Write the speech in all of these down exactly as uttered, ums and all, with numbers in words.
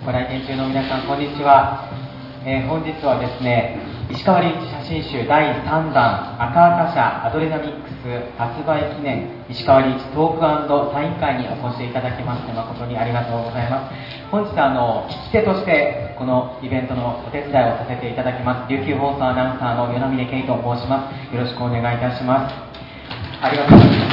ご来店中の皆さん、こんにちは。えー、本日はですね、石川リーチ写真集だいさんだん赤々社アドレナミックス発売記念石川リーチトーク&サイン会にお越しいただきまして誠にありがとうございます。本日はあの聞き手としてこのイベントのお手伝いをさせていただきます琉球放送アナウンサーの与那嶺圭と申します。よろしくお願いいたします。ありがとうございます。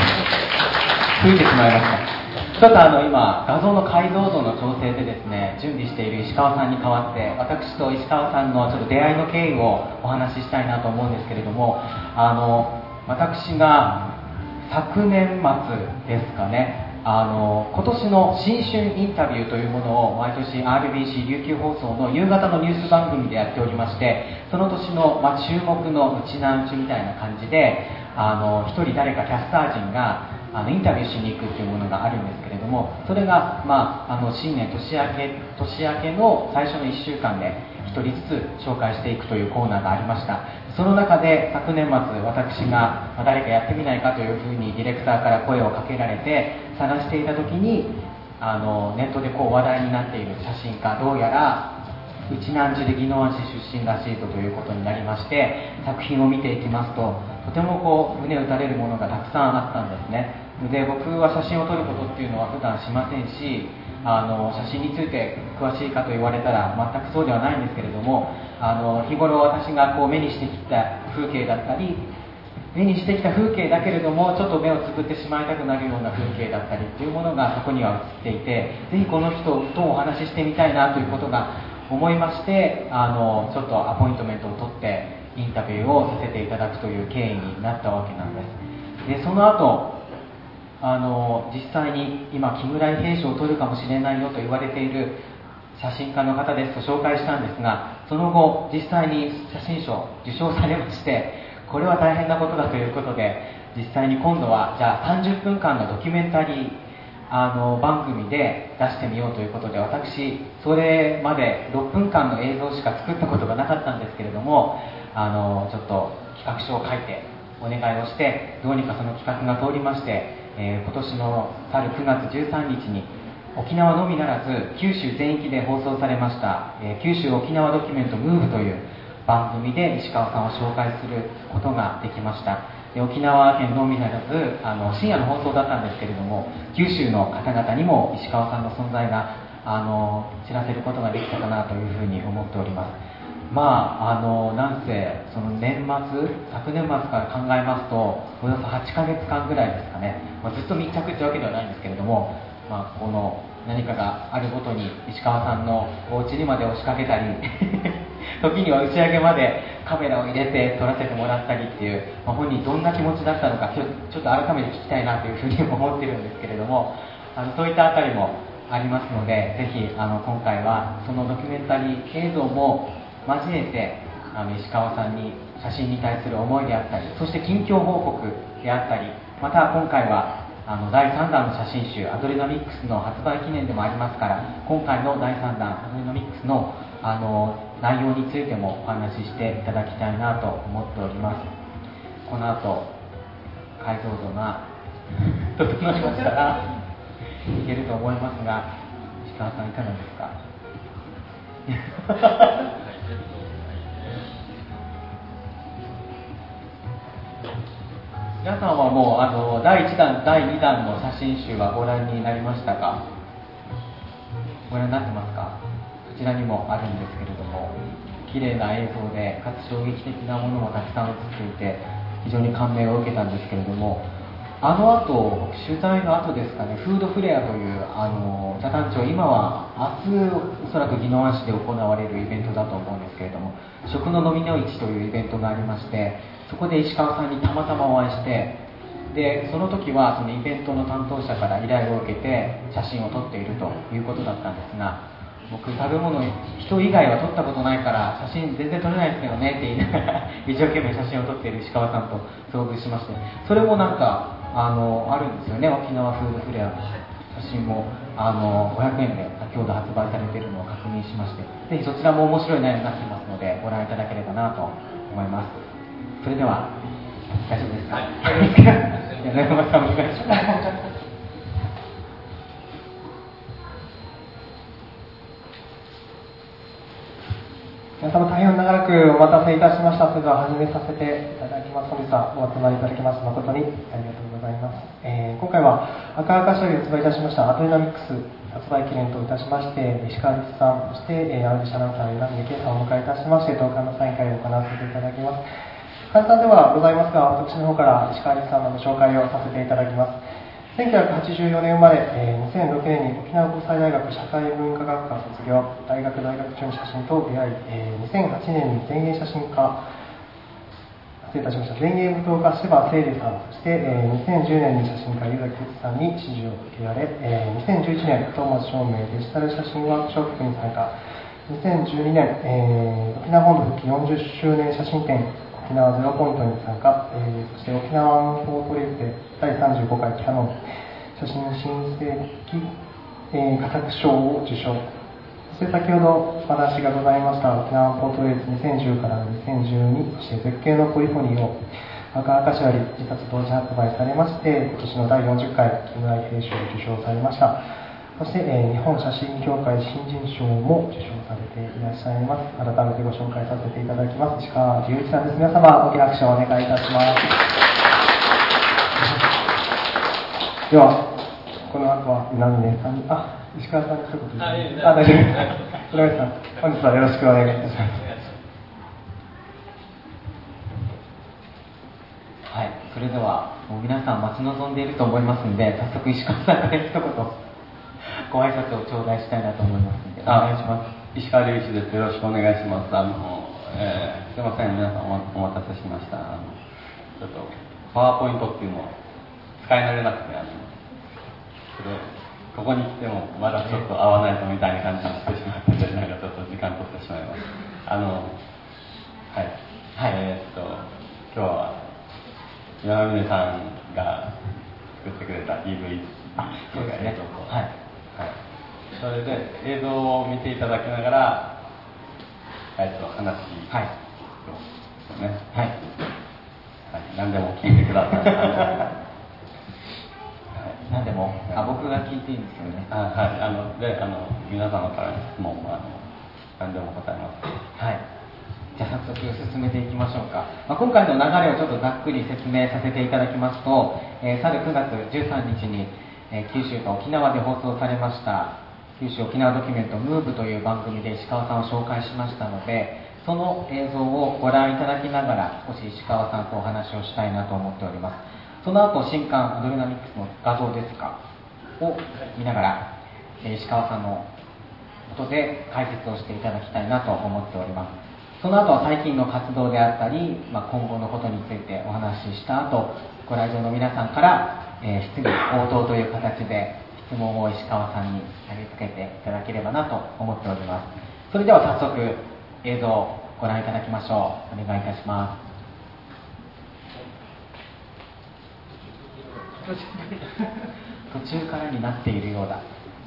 吹いてしまいました。ちょっとあの今画像の解像度の調整でですね準備している石川さんに代わって私と石川さんのちょっと出会いの経緯をお話ししたいなと思うんですけれども、あの私が昨年末ですかね、あの今年の新春インタビューというものを毎年 アールビーシー 琉球放送の夕方のニュース番組でやっておりまして、その年の、まあ、注目のうちなうちみたいな感じであの一人誰かキャスター陣があのインタビューしに行くというものがあるんですけれども、それが、まあ、あの新年年明け年明けの最初のいっしゅうかんでひとりずつ紹介していくというコーナーがありました。その中で昨年末私が、まあ、誰かやってみないかというふうにディレクターから声をかけられて探していた時にあのネットでこう話題になっている写真家、どうやら内南寺で宜野湾市出身らしいとということになりまして、作品を見ていきますととてもこう胸打たれるものがたくさんあったんですね。で僕は写真を撮ることっていうのは普段しませんし、あの写真について詳しいかと言われたら全くそうではないんですけれども、あの日頃私がこう目にしてきた風景だったり目にしてきた風景だけれどもちょっと目をつぶってしまいたくなるような風景だったりっていうものがそこには映っていて、ぜひこの人とお話ししてみたいなということが思いまして、あのちょっとアポイントメントを取ってインタビューをさせていただくという経緯になったわけなんです。でその後あの実際に今木村伊兵衛賞を取るかもしれないよと言われている写真家の方ですと紹介したんですが、その後実際に写真賞を受賞されまして、これは大変なことだということで実際に今度はじゃあさんじゅっぷんかんのドキュメンタリーあの番組で出してみようということで、私それまでろっぷんかんの映像しか作ったことがなかったんですけれども、あのちょっと企画書を書いてお願いをしてどうにかその企画が通りまして、えー、今年の去るくがつじゅうさんにちに沖縄のみならず九州全域で放送されました、えー、九州沖縄ドキュメントムーブという番組で石川さんを紹介することができました。で沖縄県のみならずあの深夜の放送だったんですけれども、九州の方々にも石川さんの存在があの知らせることができたかなというふうに思っております。まああのなんせその年末昨年末から考えますとおよそはちかげつかんぐらいですかね、まあ、ずっと密着ってわけではないんですけれども、まあ、この何かがあるごとに石川さんのお家にまで押しかけたり時には打ち上げまでカメラを入れて撮らせてもらったりっていう、まあ、本人どんな気持ちだったのかちょ、ちょっと改めて聞きたいなというふうに思ってるんですけれども、あのそういったあたりもありますので、ぜひあの今回はそのドキュメンタリー映像も交えてあの石川さんに写真に対する思いであったり、そして近況報告であったり、また今回はあのだいさんだんの写真集アドレナミックスの発売記念でもありますから、今回のだいさんだんアドレナミックスのあの内容についてもお話ししていただきたいなと思っております。この後解像度が整いましたらいけると思いますが、石川さんいかがですか？皆さんはもうあのだいいちだんだいにだんの写真集はご覧になりましたか？ご覧になってますか？こちらにもあるんですけれども、綺麗な映像でかつ衝撃的なものもたくさん映っていて非常に感銘を受けたんですけれども、あの後取材の後ですかね、フードフレアというあの北谷町、今は明日おそらく宜野湾市で行われるイベントだと思うんですけれども、食の飲みの市というイベントがありまして、そこで石川さんにたまたまお会いして、でその時はそのイベントの担当者から依頼を受けて写真を撮っているということだったんですが、僕食べ物人以外は撮ったことないから写真全然撮れないですけどねって言いながら一生懸命写真を撮っている石川さんと遭遇しまして、それもなんかあのあるんですよね。沖縄フードフレアの写真もあのごひゃくえんで先ほど発売されているのを確認しまして、ぜひそちらも面白い内容になっていますのでご覧いただければなと思います。それでは大丈夫ですか？はい、じゃあ中山さんお願いします。 皆様大変長らくお待たせいたしました。それでは始めさせていただきます。本日はお集まりいただきまして誠にありがとうございます。えー、今回は赤赤社より発売いたしましたアドレナミックス発売記念といたしまして、石川律さん、そして、えー、アナウンサーの稲見圭さんをお迎えいたしまして、同感のサイン会を行わせていただきます。簡単ではございますが、私の方から石川律さんのご紹介をさせていただきます。せんきゅうひゃくはちじゅうよねん生まれ、えー、にせんろくねんに沖縄国際大学社会文化学科卒業、大学大学中の写真と出会い、えー、にせんはちねんに前衛写真家、失礼いたしました、前衛舞踏家柴聖理さん、そして、えー、にせんじゅうねんに写真家湯崎哲さんに指示を受けられ、えー、にせんじゅういちねんトーマス照明デジタル写真ワークショップに参加、にせんじゅうにねん、えー、沖縄本土復帰よんじゅっしゅうねん写真展沖縄ゼロポイントに参加、えー、そして沖縄フォートレースでだいさんじゅうごかいキヤノン写真新世紀、えー、佳作賞を受賞。そして先ほどお話がございました沖縄ポートレースにせんじゅうからにせんじゅうに、そして絶景のポリフォニーを赤赤社より自冊同時発売されまして、今年のだいよんじゅっかい木村平賞を受賞されました。そして、えー、日本写真協会新人賞も受賞されていらっしゃいます。改めてご紹介させていただきます。石川隆一さんです。皆様、大きな拍手をお願いいたします。では、この後は稲峰さんに、あ、石川さんに一言言って、あ、大丈夫です。稲峰さん、本日はよろしくお願いいたします。 はい、それではもう皆さん待ち望んでいると思いますので、早速石川さんから一言ご挨拶を頂戴したいなと思いますので、お願いします。 石川隆一です。よろしくお願いします。あの、えー、すいません、皆さんお待たせしました。あのちょっとパワーポイントっていうのを使い慣れなくて、あのそれここに来てもまだちょっと合わないとみたいな感じになってしまって、なんかちょっと時間取ってしまいます。あのはい、はい、えー、っと今日は今峰さんが作ってくれた ピーブイ というか映像と、はいはい、それで映像を見ていただきながら、えっと話を、はいね、はい、はい、何でも聞いてください。 何でも、あ、僕が聞いていいんですよね。 あ、はい、あので、あの皆様からの質問もあの何でも答えます。 はい。じゃあ早速進めていきましょうか。まあ、今回の流れをちょっとざっくり説明させていただきますと、えー、去るくがつじゅうさんにちに、えー、九州と沖縄で放送されました九州沖縄ドキュメントムーブという番組で石川さんを紹介しましたので、その映像をご覧いただきながら少し石川さんとお話をしたいなと思っております。その後新刊アドレナミックスの画像ですかを見ながら、えー、石川さんのことで解説をしていただきたいなと思っております。その後は最近の活動であったり、まあ、今後のことについてお話しした後、ご来場の皆さんから、えー、質疑応答という形で質問を石川さんに投げつけていただければなと思っております。それでは早速映像をご覧いただきましょう。お願いいたします。途中からになっているようだ。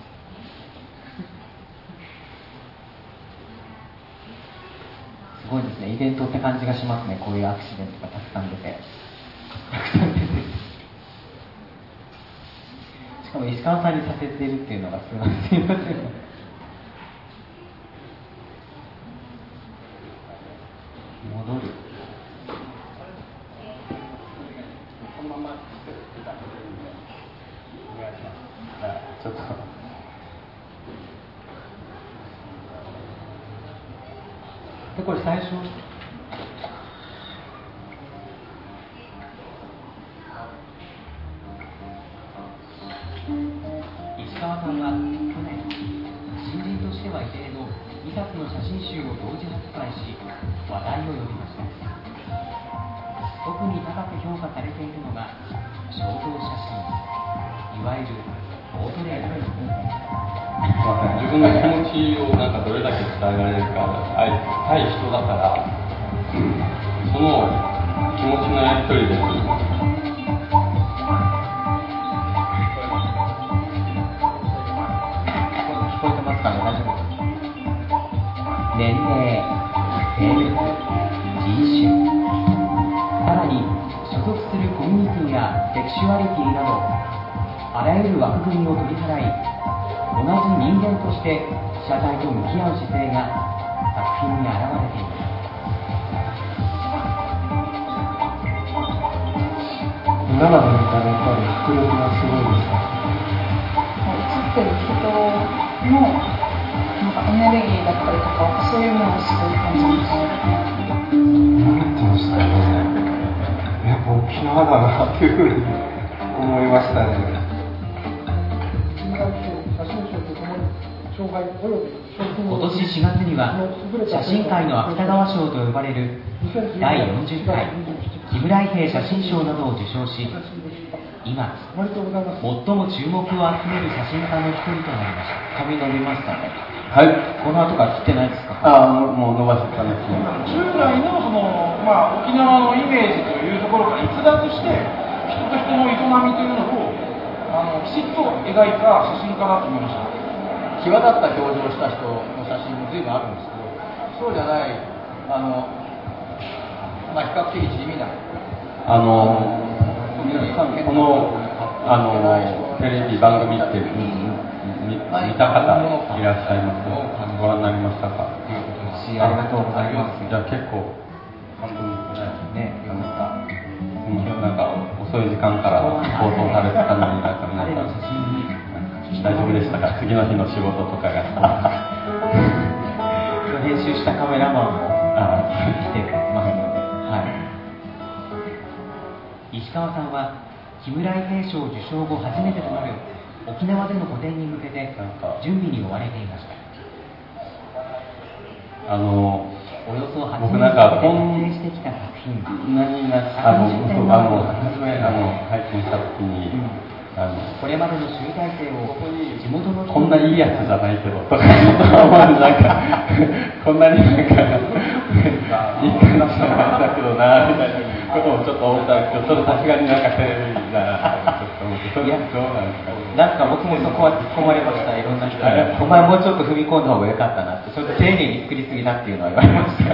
すごいですね、イベントって感じがしますね。こういうアクシデントがたくさん出てたくさん出てしかも石川さんにさせているっていうのがすごい、すいません。戻る。 このままお願いします。ちょっとでこれ最初石川さんは去年新人としては異例のにさつの写真集を同時発売し話題を呼びました。特に高く評価されているのが肖像写真、いわゆるポートレートです。 自分の気持ちをなんかどれだけ伝えられるか、対人だから、その気持ちのやり取りです。 聞こえてますかね、大丈夫ですか。年齢、性別、人種、さらに所属するコミュニティやセクシュアリティなど、あらゆる枠組みを取り払い、同じ人間として謝罪と向き合う姿勢が作品に現れています。 生で見たらやっぱり迫力がすごいですね。 映ってる人のなんかエネルギーだったりとかそういうものをすごい感じました。 なってましたね。やっぱ沖縄だなっていうふうに思いましたね。 今年しがつには写真界の芥川賞と呼ばれるだいよんじゅっかい木村伊兵衛写真賞などを受賞し、今最も注目を集める写真家の一人となりました。髪伸びましたね。 はい。 この後から切ってないですか？ ああ、もう伸ばしてたんですね。 従来のその、まあ、沖縄のイメージというところから逸脱して、人と人の営みというのをあのきちっと描いた写真家だと思いました。 際立った表情をした人の写真も随分あるんですけど、そうじゃない、あの、まあ、比較的地味な。 あの、皆さん、この、あの、テレビ番組って、見た方いらっしゃいますか？ご覧になりましたか？ ありがとうございます。 じゃあ結構、本当にね、よかった。 なんか遅い時間から放送されてたのに、なんか皆さん大丈夫でしたか？次の日の仕事とかが。 編集したカメラマンも来てますので、はい。石川さんは木村伊兵衛賞受賞後初めてとなる沖縄での個展に向けて準備に追われていました。 あのおよそはち僕ねんなんかこで撮影してきた作品。 何なあの僕あの初めあの拝見した時に、うん、あのこれまでの集大成を地元のこんないいやつじゃないけどとかなんかこんなになんかいい感じだけどなみたいなことをちょっと思ったんですけど、それさすがになんかテレビだなちょっと思って、それどうなんですか？ なんか僕もそこは突っ込まれました。いろんな人に、お前もうちょっと踏み込んだ方が良かったなって、ちょっと丁寧に作りすぎだっていうのは言われました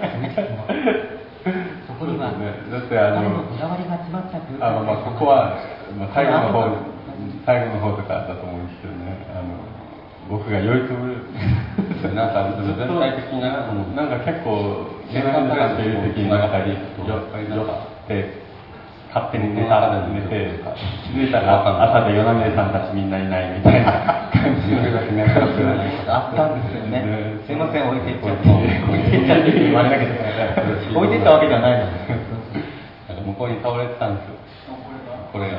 そこにはだってあのこだわりが詰まった空間、あのまあここは、まあ、最後の方最後の方とかだと思うんですけどね、あの僕が酔いつぶるなんか全体的にななんか結構年間ぐらいしている時になんか酔って勝手に寝た寝て気づいたら朝で与那嶺さんたちみんないないみたいな感じのあったんですよね。すいません、置いていっちゃって置いていっちゃってって言われなきゃ置いていったわけじゃないの向こうに倒れてたんですよ、これが。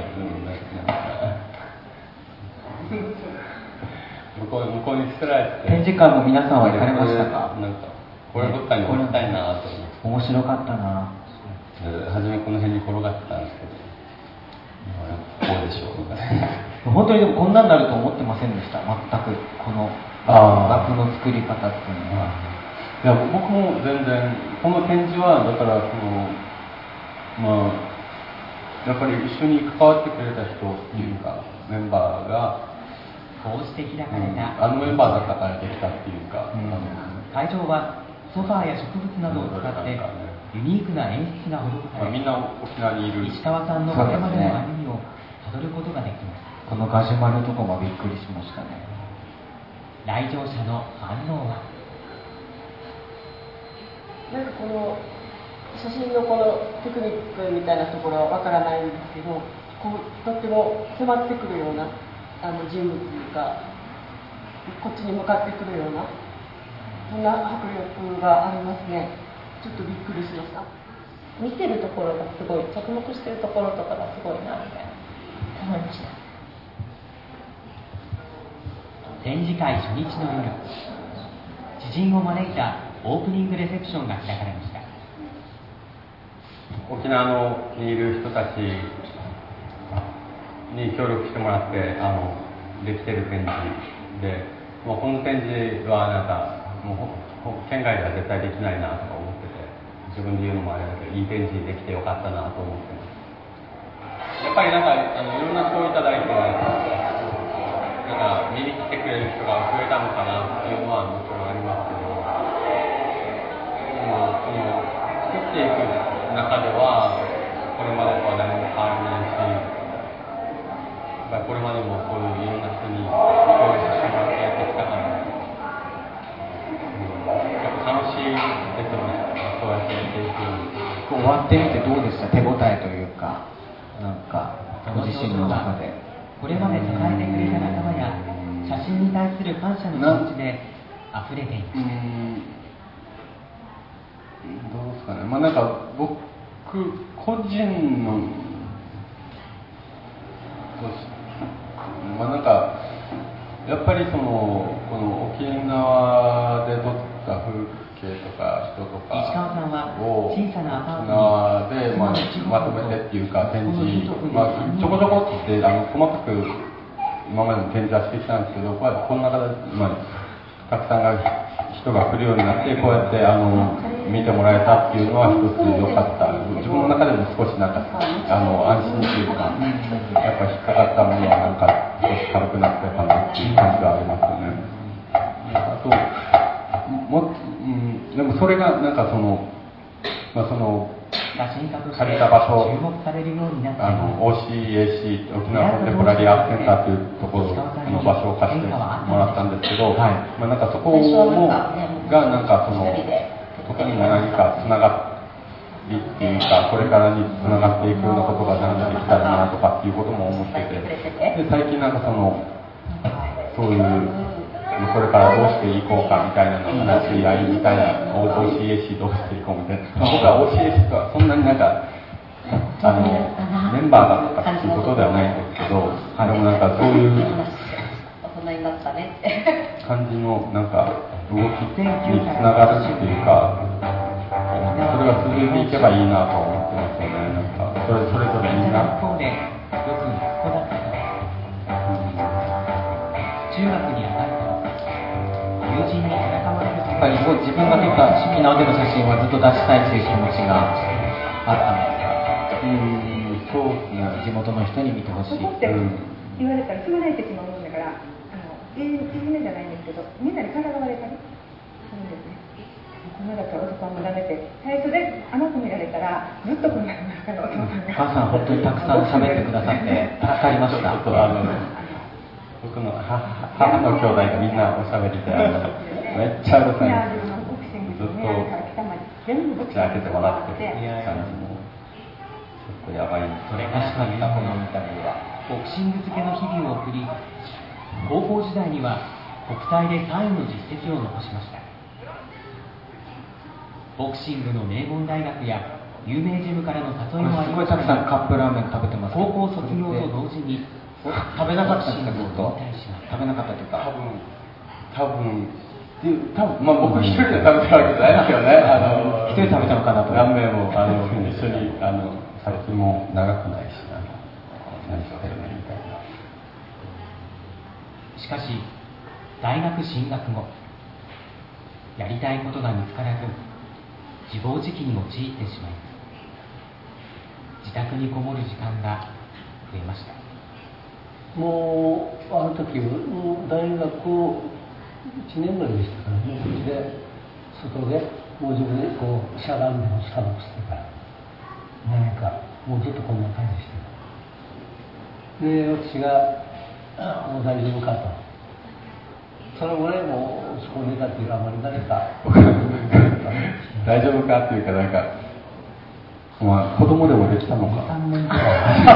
向こう向こうに作られて、 展示館の皆さんは行かれましたか？ なんかこれどっかに置きたいなと思って。面白かったな。 初めこの辺に転がってたんですけど、こうでしょうみたいな。 本当にでもこんなになると思ってませんでした。全くこの枠の作り方っていうのは。 いや僕も全然この展示はだからそのまあやっぱり一緒に関わってくれた人っていうか、うん、メンバーが。 こうして開かれた、 うん、あのメンバーだったからできたっていうか、うん、 会場はソファーや植物などを使ってユニークな演出が施され、 まあ、みんな沖縄にいる石川さんのこれまでの歩みをたどることができます。このガジュマルとかもびっくりしましたね。来場者の反応はなんかこの写真のこのテクニックみたいなところはわからないんですけど、こうとっても迫ってくるようなあの人物がこっちに向かってくるようなそんな迫力がありますね。ちょっとびっくりしました。 見てるところがすごい、着目してるところとかがすごいなみたいな思いました。 展示会初日の夜、知人を招いたオープニングレセプションが開かれました。 沖縄のにいる人たちに協力してもらってあのできてる展示で、もうこの展示はなんかもう県外では絶対できないなとか思ってて、自分で言うのもあれだけどいい展示できてよかったなと思ってます。やっぱりなんかあのいろんな賞をいただいてなんか見に来てくれる人が増えたのかなっていうのはもちろんありますけど、でもその作っていく中ではこれまでとは何も変わらないし、やっぱりこれまでもそういういろんな人に協力してもらってやってきたから、うん、やっぱそでした？手応えというか、なんかご自身の中で。これまで支えてくれた仲間や写真に対する感謝の気持ちで溢れていました。 どうですかね、まあなんか僕個人のまあなんかやっぱりそのこの沖縄で撮った風景とか人とか石川さんはを小さなアパート沖縄で、まあ、まとめてっていうか展示、まあ、ちょこちょこってあの細かく今までも展示はしてきたんですけど、こうやってこんな形、まあ、たくさんが人が来るようになってこうやってあの見てもらえたっていうのは一つ良かった。自分の中でも少しなんかあの安心っていうか、やっぱ引っかかったものはなんか少し軽くなってたなっていう感じがありますよね。あとも、うん、でもそれがなんかその、まあ、その借りた場所、あの オーシーエーシー 沖縄コンテンポラリーアーツセンターというところの場所を貸してもらったんですけど、はい、まあ、なんかそこもがなんかそのそこにも何かつながりっていうか、これからにつながっていくようなことがなんかできたらなとかっていうことも思ってて、で最近なんかそのそういうこれからどうしていこうかみたいなのを話し合いみたいな オーシーエーシー どうしていこうみたいな、まあ、僕は オーシーエーシー とはそんなになんかあのメンバーだとかっていうことではないんですけど、でもなんかそういう感じのなんか動きにつながるっていうか、それが続いていけばいいなと思ってますよね。なんかそれそれぞれみんな。 中学に上がると友人に背中を押すやっぱりこう自分が撮った沖縄での写真はずっと出したいという気持ちがあったんですか？ うーん、そうですね。 地元の人に見てほしい。 そこって言われたらすぐ泣いてしまうもんだから、あのいじめじゃないんですけど、みんなに体が割れたりするんですね。このだったらお父さんもダメって最初で甘く見られたらずっとこの中からお父さんが。 母さん本当にたくさん喋ってくださって助かりました。 ちょっとあの僕の母の兄弟がみんなおしゃべりであのめっちゃうるさいんです。ずっと口開けてもらってる感じもちょっとやばいんです。 それがしかったこのインタビューはボクシング漬けの日々を送り、高校時代には国体でさんいの実績を残しました。ボクシングの名門大学や有名ジムからの誘いもありましたが、すごいたくさんカップラーメン食べてます。高校卒業と同時に食べなかったんですか？ずっと食べなかったというか、多分多分多分まあ僕一人で食べたわけじゃないですよね。あの一人食べたのかなと。 何名もあの一緒にあの先も長くないしな、何してるのみたいな。 しかし大学進学後、やりたいことが見つからず自暴自棄に陥ってしまいます。自宅にこもる時間が増えました。 もうあの時もう大学いちねんぐらいでしたからね、うちで外でもう自分でこうしゃがんでもスタバしてから何かもうずっとこんな感じしてる。で私がもう大丈夫かと、それぐらいもうそこにいたっていうあまり誰か大丈夫かっていうかなんか、まあ、子供でもできたのか。さんねんぐらい。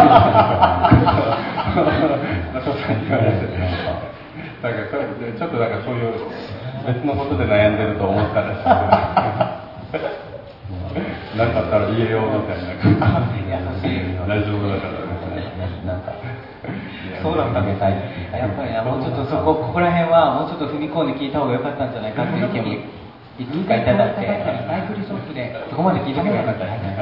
そう言われて、なんかちょっとなんかそういう別のことで悩んでると思ったらしい。なんかあったら言えよみたいな感じで、大丈夫だからなんか相談かけたい。やっぱりもうちょっとそこここら辺はもうちょっと踏み込んで聞いた方が良かったんじゃないかっていう意見も。いくつかいただいて、サイクルショップでそこまで聞いてもらえなかったですね。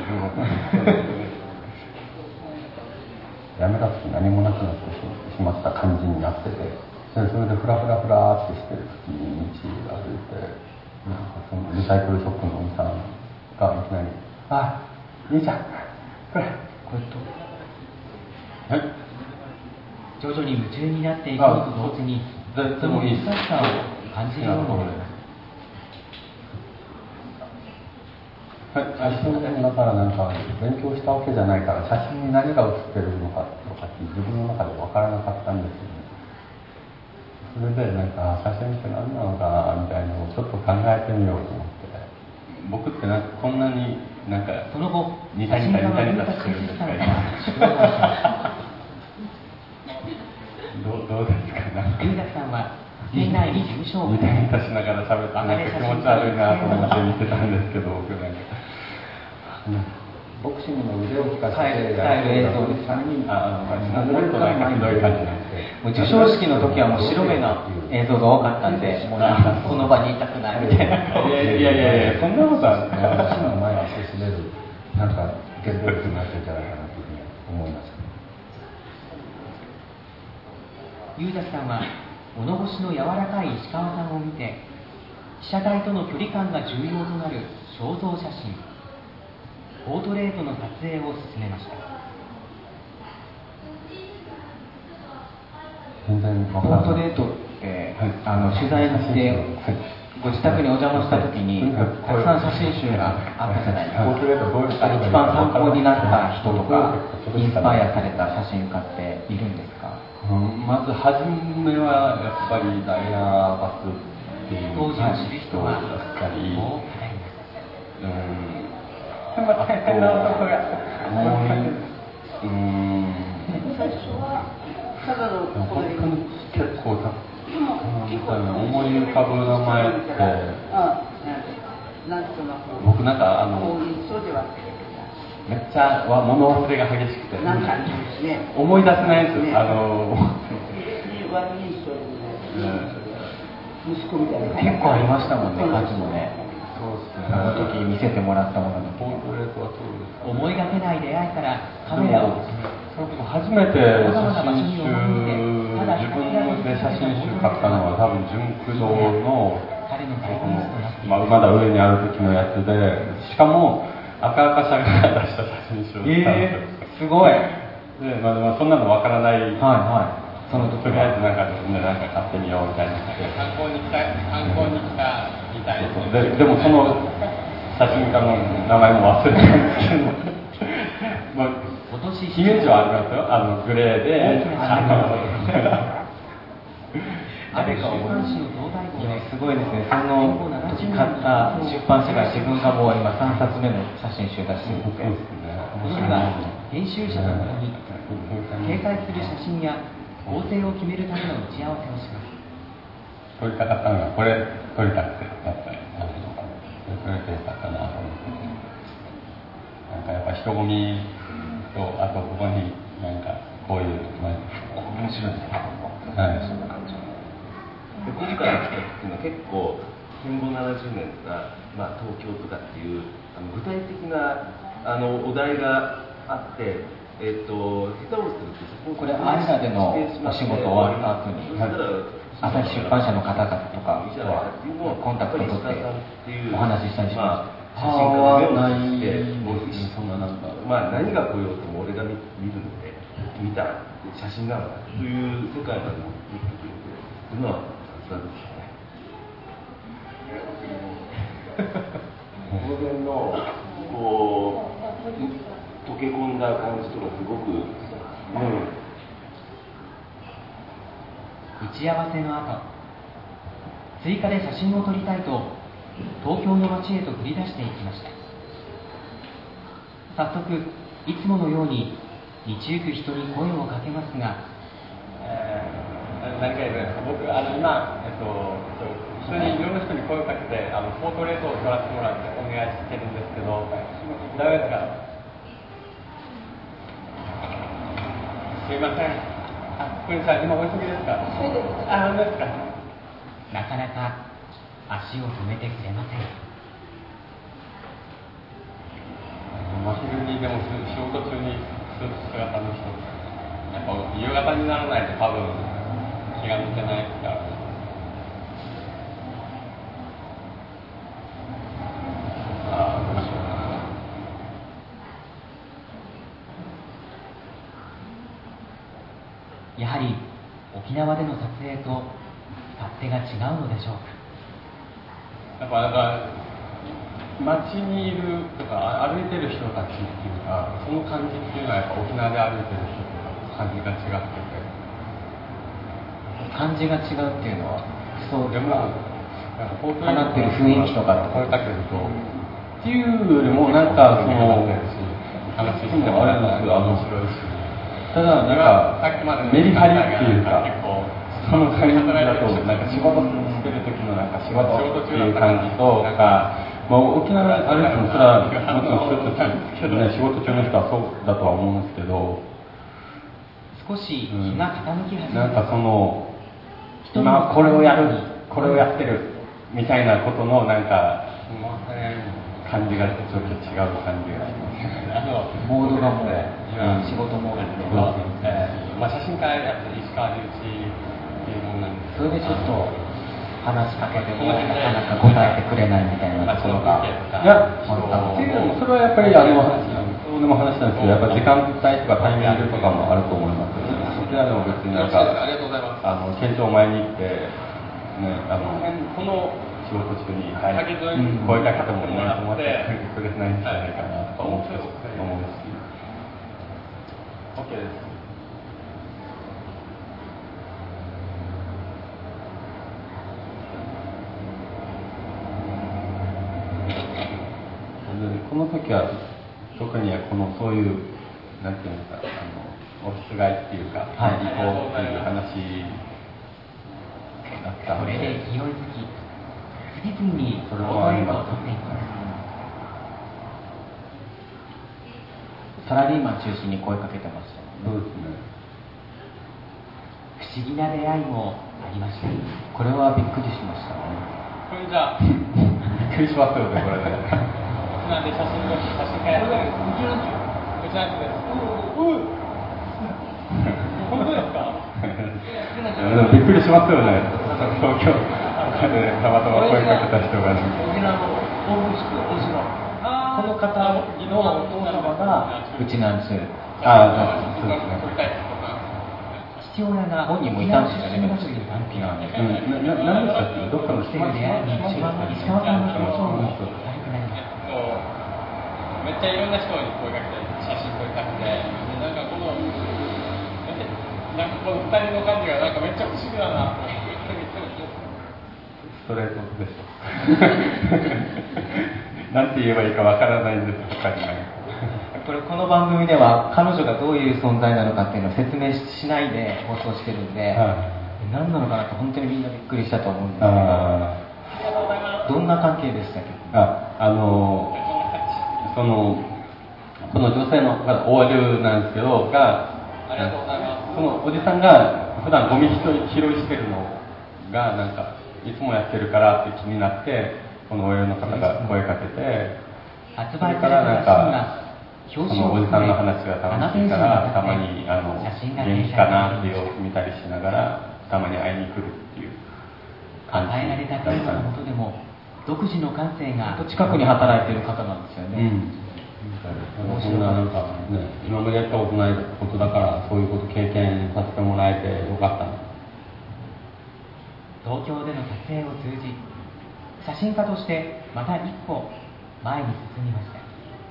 やめた時何もなくなってしまった感じになってて、それでフラフラフラってしてる時に道歩いて、なんかそのリサイクルショップのおじさんがいきなり「あ、兄ちゃんこれこれと」はい、 徐々に夢中になっていくのと同時にその難しさを感じるようになります。 はい、最初だからなんか勉強したわけじゃないから写真に何が写ってるのかとかって自分の中で分からなかったんですよね。それでなんか写真って何なのかなみたいなのをちょっと考えてみようと思って、僕ってなんかこんなになんかその後、 ニタニタニタニタしてるんですかどうどうですかなんか龍崎さんは年内に事務所をニタニタしながら喋ってなんか気持ち悪いなと思って見てたんですけど僕なんかボクシングの腕を利かせて伝える映像ですかね。 ああ、なんとなんかひどい感じなんでもう授賞式の時はもう白目の映像が多かったんで、もうなんかその場にいたくないみたいな。 いやいやいやいや、そんなことは私の前に進めるなんか原動力になってるんじゃないかなというふうに思います。 龍崎さんは物腰の柔らかい石川さんを見て、被写体との距離感が重要となる肖像写真、ポートレートの撮影を進めました。 全然ポートレートって、はい、あの取材して、はい、ご自宅にお邪魔した時に、はい、たくさん写真集があったじゃないですか。ポートレートどういう一番参考になった人とか、インスパイアされた写真家っているんですか？ うん、まず初めはやっぱりダイヤバスっていう当時を知る人はだったり、うん、 変なとこがうん、 最初はただのこ本当に結構た思い浮かぶ名前って、僕なんかあのめっちゃ物忘れが激しくて思い出せないです。あの結構ありましたもんね、数もね。あの時見せてもらったものの思いがけない出会いからカメラを初めて写真集、自分で写真集買ったのは多分純駆動のまあ、まだ上にある時のやつで、しかも赤赤社が出した写真集を使ったんですよ。 すごいで、まあ、まあそんなのわからない、はいはい、そのとりあえずなんか、ね、なんか買ってみようみたいな観光に来た観光に来たみたいで、でもその写真家の名前も忘れたんですけどまあイメージはありますよ。あのグレーで誰かをすごいですね。その時買った出版社が自分がもう今さんさつめの写真集出しているので、それが編集者と共に掲載する写真や構成を決めるための打ち合わせをします。 撮りたかったのがこれ撮りたくてやっぱりこれ撮りたかったなと思って、なんかやっぱ人混みと、あとここになんかこういう、まあ、面白いですね。はい、そんな感じ。 で今回の企画っていうのは結構戦後ななじゅうねんとか、まあ、東京とかっていうあの具体的なあのお題があって、えー、と下手をするとそここれアイラでのお仕事終わった後に朝日出版社の方々とかコンタクト取ってお話ししたりしました。 写真家の目を通してもうそんななんか、まあ、何が来ようとも俺が見見るので見た写真なんだという世界まで持ってくるというのはさすがですね。この辺のこう溶け込んだ感じとかすごく、うん、 打ち合わせの後、追加で写真を撮りたいと東京の街へと繰り出していきました。早速いつものように道行く人に声をかけますが、 えー、何か言う僕あの今、えっと、人にいろんな人に声をかけてあのポートレートを撮らせてもらってお願いしてるんですけど、ダメですか？すいません。あ、こんにちは。今お急ぎですか？あ、本当ですか？ なかなか足を止めてくれません。 真昼にでも仕事中にスーツ姿の人、やっぱ夕方にならないと多分気が抜けないですからね。ああ、どうしようかな。 やはり沖縄での撮影と勝手が違うのでしょうか。 やっぱなんか街にいるとか歩いてる人たちっていうか、その感じっていうのはやっぱ沖縄で歩いてる人とか感じが違ってて、 感じが違うっていうのはそうでもなんか放ってる雰囲気とか声かけるとっていうよりもなんかその話してもあれなんですけど、あのただなんかメリハリっていうか、その感じだとなんか仕事してる時のなんか仕事っていう感じとか、まあ、沖縄あれですもそれはもちろんそういう人、ね、仕事中の人はそうだとは思うんですけど、 少し日が傾き始め、 うん、なんかその今これをやるこれをやってるみたいなことのなんか感じがちょっと違う感じがします。 モードがもう、うん、仕事モードで、 えーまあ、写真家やって石川隆一っていうものなんです。 それでちょっと話しかけてもなかなか答えてくれないみたいなところが、 いや、っていうのもそれはやっぱりあの話そうでも話したんですけど、やっぱり時間帯とかタイミングとかもあると思います。そちらでも別になんかありがとうございます。 あの県庁前に行ってね、あのこの仕事中に、はい、声かけてもいないと思ってくれないんじゃないかなとか思って思うし、OK です。この時は特にこのそういうなんていうんですか、あのオフィス街っていうか、はい、行こうっていう話だったので、 それで勢いづき次々にそれもあります。 サラリーマン中心に声かけてました、ね、 そうですね。 不思議な出会いもありました。これはびっくりしましたね。 これじゃあびっくりしますよね、これね。 なんで写真の写真家やってるんです。うちなんですよ。うちなんです。本当ですか？ でもびっくりしますよね。東京でたまたま声かけた人が、ね。 沖縄の大口区大城。この方のお父様がうちなんです。 ああ、そうですね。 父親が本人もいたんですよね。なんていうのはね。 うん、な、なんでしたっけ？どっかの島に石川さんの表情も悪くなります。 めっちゃいろんな人に声かけて、写真撮りたくて、でなんかこの、なんかこのふたりの感じがなんかめっちゃ不思議だなと思って、 ストレートでしょ。なんて言えばいいかわからないんです、他にない。 これこの番組では彼女がどういう存在なのかっていうのを説明しないで放送してるんで、はい、何なのかなって本当にみんなびっくりしたと思うんですけど、どんな関係でしたっけ？ あ、あのそのこの女性のオーエルなんですけどが、そのおじさんが普段ゴミ拾いしてるのがなんかいつもやってるからって気になって、このオーエルの方が声かけて、 発売からなんかそのおじさんの話が楽しいからたまにあの元気かなって様子見たりしながらたまに会いに来るっていう感じ与えられたテーマのもとでも独自の感性が近くに働いている方なんですよね。 うん、そんななんかね、今までやったことないことだからそういうこと経験させてもらえてよかったな。 東京での撮影を通じ写真家としてまた一歩前に進みました。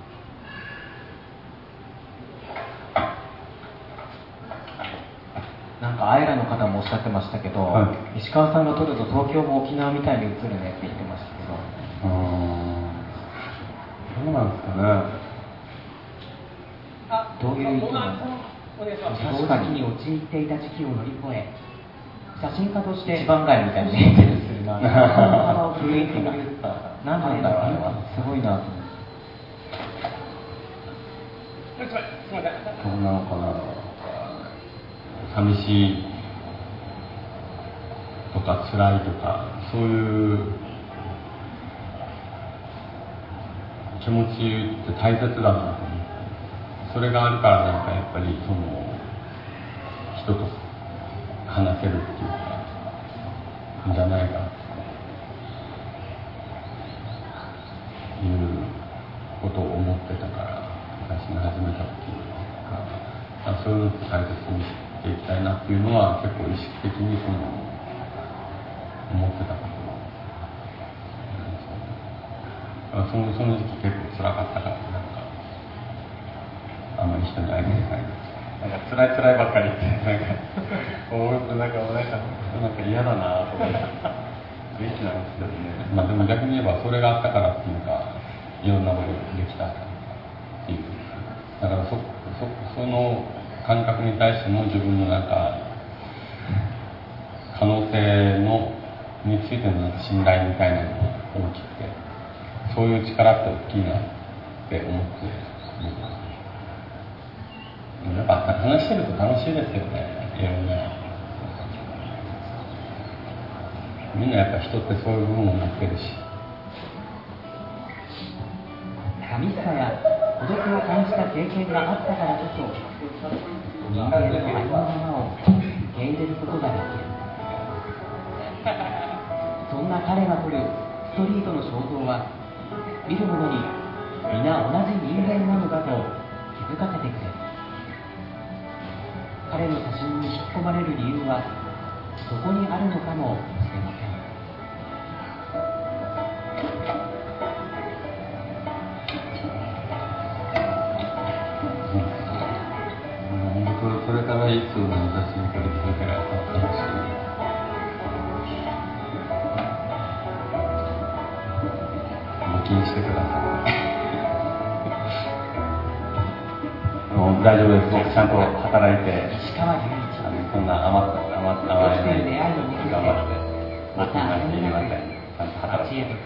なんかアイラの方もおっしゃってましたけど、はい、石川さんが撮ると東京も沖縄みたいに映るねって言ってましたけど、 うーん、どうなんですかね。 どういう意図も自暴自棄に陥っていた時期を乗り越え、写真家として一番街みたいに演技するな、雰囲気が何なんだろう、あれはすごいなと思って。 どうなのかな。寂しいとか辛いとかそういう気持ちって大切だなと思って、それがあるからなんかやっぱりその人と話せるっていうかんじゃないかということを思ってたから、私が始めたっていうか、そういうのって大切にしていきたいなっていうのは結構意識的にその思ってたことなんですよね。そのその時期結構辛かったから、なんかあんまり人に会えてない。なんか辛い辛いばっかりってなんか思うとなんかなんかなんか嫌だなと思って元気なんですけどね。まあでも逆に言えばそれがあったからっていうか、 いろんなことができたっていう、だから そ, そ, その感覚に対しての自分のなんか可能性のについての信頼みたいなのが大きくて、そういう力って大きいなって思って、やっぱ話してると楽しいですよね。いろんなみんなやっぱ人ってそういう部分を持ってるし、 寂しさや孤独を感じた経験があったからこそ、人間のありのままを受け入れることができる。そんな彼が撮るストリートの肖像は、見る者に皆同じ人間なのだと気づかせてくれる。彼の写真に引き込まれる理由はそこにあるのかもしれません。 僕それからいつの写真撮り続けられたのかし募金してください。大丈夫です。僕ちゃんと働いて、あのそんな余った余った余らない頑張って僕になっていりません。ちゃんと働いて。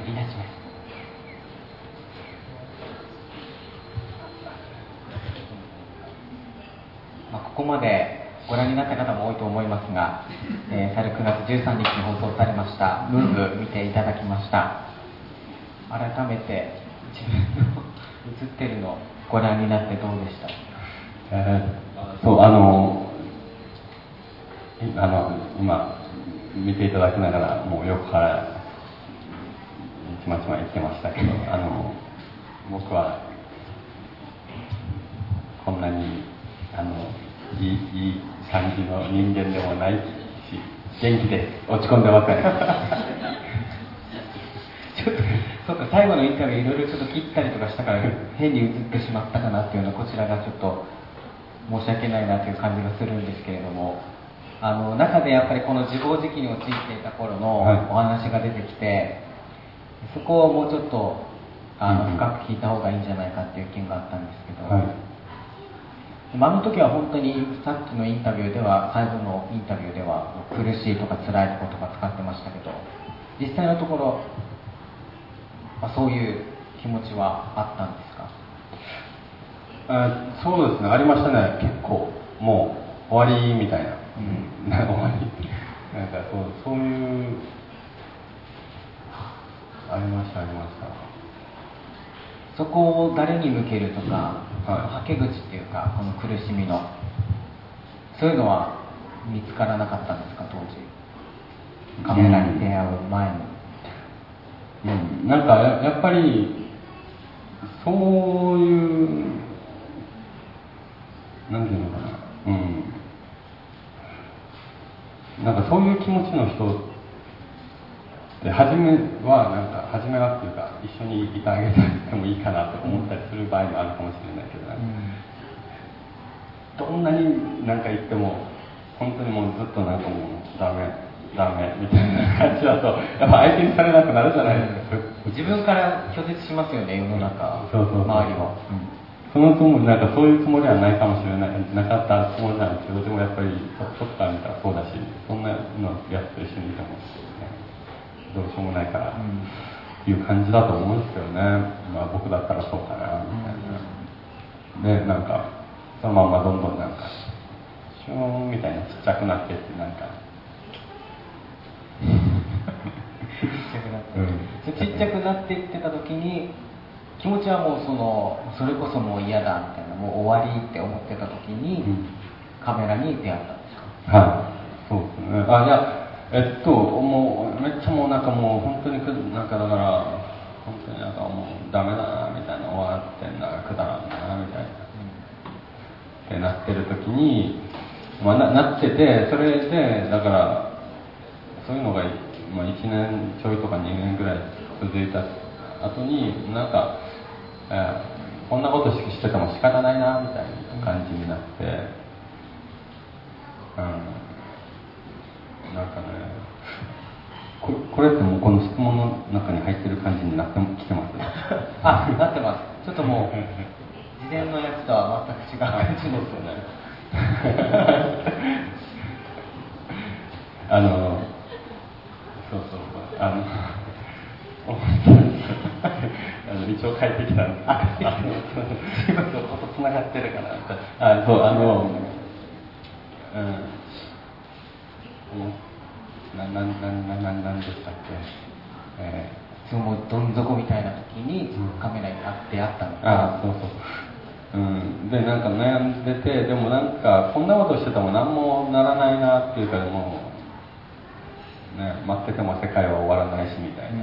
まあ、ここまでご覧になった方も多いと思いますが、えー、去るくがつじゅうさんにちに放送されましたムーブ見ていただきました。改めて自分の映ってるのご覧になってどうでした？ えー、そうあのあの今見ていただきながらもう横からちまちま言ってましたけど、あの僕はこんなにあのいいいい感じの人間でもないし元気です。落ち込んでばかりちょっとそうか、最後のインタビューいろいろちょっと切ったりとかしたから変に映ってしまったかなっていうのはこちらがちょっと申し訳ないなという感じがするんですけれども、あの中でやっぱりこの自暴自棄に陥っていた頃のお話が出てきて、はい、そこをもうちょっとあの深く聞いた方がいいんじゃないかっていう意見があったんですけど、はい、あの時は本当にさっきのインタビューでは最後のインタビューでは苦しいとか辛いとか使ってましたけど、実際のところ、まあ、そういう気持ちはあったんですか？ あ、そうですね、ありましたね。結構もう終わりみたいな、うん、終わりなんかそうそういうありましたありました。 そこを誰に向けるとか、はい、はけ口っていうかこの苦しみのそういうのは見つからなかったんですか当時、カメラに出会う前に？ うん、なんか や, やっぱりそういうなんていうのかな、うん、なんかそういう気持ちの人って初めはなんか初めはっていうか一緒にいてあげてもいいかなと思ったりする場合もあるかもしれないけど、ね、うん、どんなになんか言っても本当にもうずっとなんかもうダメダメみたいな感じだとやっぱ相手にされなくなるじゃないですか。 自分から拒絶しますよね、世の中。 そうそうそう、 周りは、うん、 そのつもりなんかそういうつもりはないかもしれないなかったつもりなんですけど、でもやっぱりちょっとから見たらそうだし、そんなのやつと一緒にいても、ね、どうしようもないから、うん、いう感じだと思うんですけどね。まあ僕だったらそうかなみたいな、うん、でなんかそのままどんどんなんかシューンみたいなちっちゃくなってってなんかちっちゃくなって、うん、ちっちゃくなっていってた時に気持ちはもうそのそれこそもう嫌だみたいな、もう終わりって思ってた時に、うん、カメラに出会ったんですか？ はい、そうですね。あ、いやえっともうめっちゃもうなんかもう本当になんかだから本当になんかもうダメだなみたいな、終わってんな、くだらんなみたいな、うん、ってなってる時に、まあ、な, なってて、それでだからそういうのが、まあ、いちねんちょいとかにねんぐらい続いた後になんか、えー、こんなことしてても仕方ないなみたいな感じになって、うん、なんかねここれってもうこの質問の中に入ってる感じになってきてますあ、なってます。ちょっともう事前のやつとは全く違う感じですよね。 あのそうそうそうあのあの一応書いてきたんです。あ、すいません、ことつながってるかな。あ、そうあのうんななななななんでしたっけ。えー、そのどん底みたいな時にカメラに出会ったのか。 あ、そうそう。うん、でなんか悩んでて、でもなんかこんなことしてても何もならないなっていうか、もうね、待ってても世界は終わらないしみたいな、うん、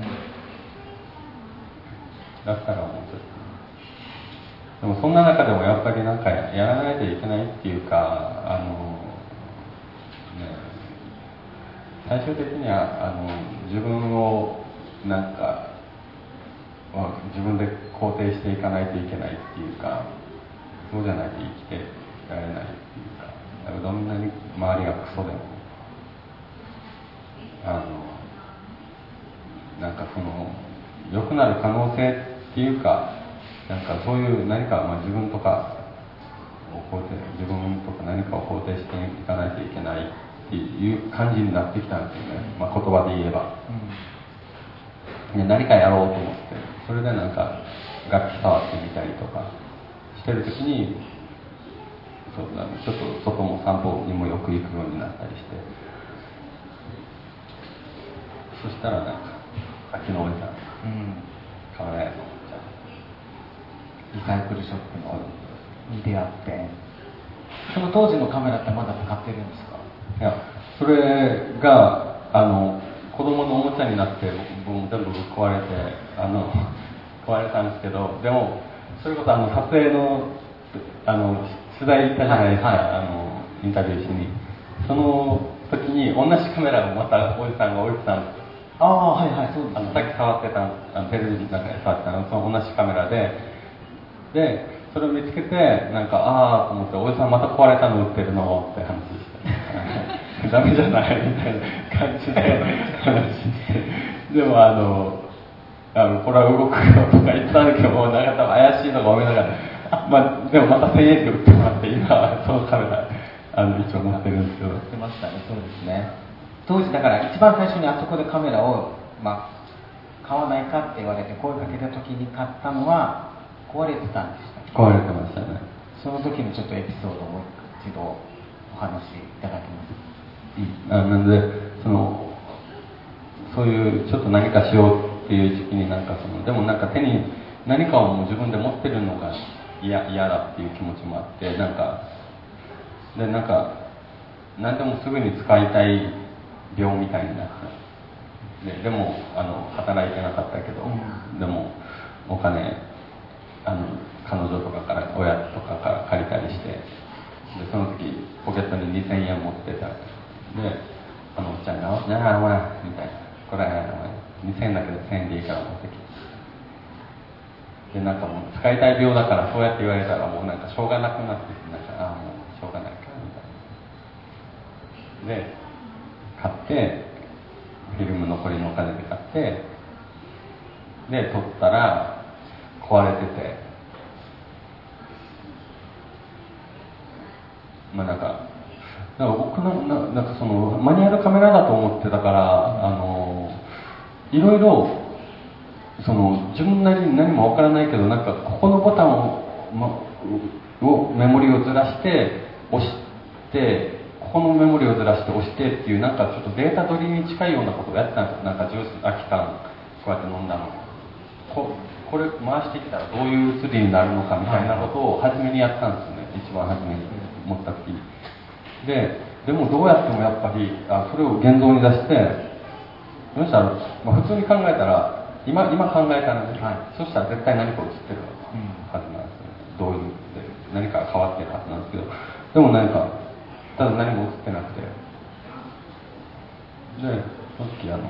だったらもうちょっと、でもそんな中でもやっぱりなんかやらないといけないっていうか、あの、ね、最終的にはあの自分をなんか自分で肯定していかないといけないっていうか、そうじゃないと生きてられないっていうか、どんなに周りがクソでも、あのなんかその良くなる可能性っていうか、なんかそういう何か、まあ、自分とかを肯定自分とか何かを肯定していかないといけないっていう感じになってきたんですよね、まあ、言葉で言えば、うん、で何かやろうと思って、それでなんか楽器触ってみたりとかしてるときに、そうだね、ちょっと外も散歩にもよく行くようになったりして、そしたらなんかさっきのおじさん、うん、カメラ屋のおじちゃん、 リサイクルショップのに出会って、その当時のカメラってまだ使ってるんですか？ いや、それがあの子供のおもちゃになって僕も全部壊れて、あの壊れたんですけど、でもそれこそあの撮影のあの取材行ったじゃないですか、はいはい、あのインタビューしに、その時に同じカメラをまたおじさんが置いてたんです。 ああ、はいはい、そうです、ね、 あのさっき触ってたあのテレビの中で触ってたの、その同じカメラで、でそれを見つけて、なんかああと思って、おじさんまた壊れたの売ってるのって話してダメじゃないみたいな感じで話して、でもあのあのこれは動くよとか言ってたんだけど、もうなんか多分怪しいのが思いながら、まあ、でもまたせんえんで売ってもらって、今そのカメラあの一応持ってるんですけど。 売ってましたね。そうですね。当時だから一番最初にあそこでカメラを、まあ、買わないかって言われて声かけた時に買ったのは壊れてたんでしたっけ？ 壊れてましたね。 その時のちょっとエピソードをもう一度お話しいただけます？ うん、あなんでそのそういうちょっと何かしようっていう時期に、なんかそのでもなんか手に何かをもう自分で持ってるのが嫌だっていう気持ちもあって、なんかでなんか何でもすぐに使いたい病みたいになって、ででもあの働いてなかったけど、うん、でもお金あの彼女とかから親とかから借りたりして、でその時ポケットににせんえん持ってた。であのおっちゃんが「なあお前」みたいな「これにせんえんだけどせんえんでいいから持ってきて」でなんかもう使いたい病だからそうやって言われたらもうなんかしょうがなくなってきて、なんかああもうしょうがないかみたいなで買って、フィルム残りのお金で買って、で撮ったら壊れてて、まあなんかだから僕のななんかそのマニュアルカメラだと思ってたから、あのいろいろその自分なりに何もわからないけど、なんかここのボタンを、ま、をメモリをずらして押して、ここのメモリをずらして押してっていう、なんかちょっとデータ取りに近いようなことをやってたんです。なんかジュース空き缶こうやって飲んだのここれ回してきたらどういう写りになるのかみたいなことを初めにやったんですよね、一番初めに持った時に。ででもどうやってもやっぱりあそれを現像に出して、そしたら、まあ、普通に考えたら今今考えたらね、はい、そしたら絶対何か写ってるはずなんですよ、どういうで何か変わってるはずなんですけど、でも何かただ何も写ってなくて、でその時あの、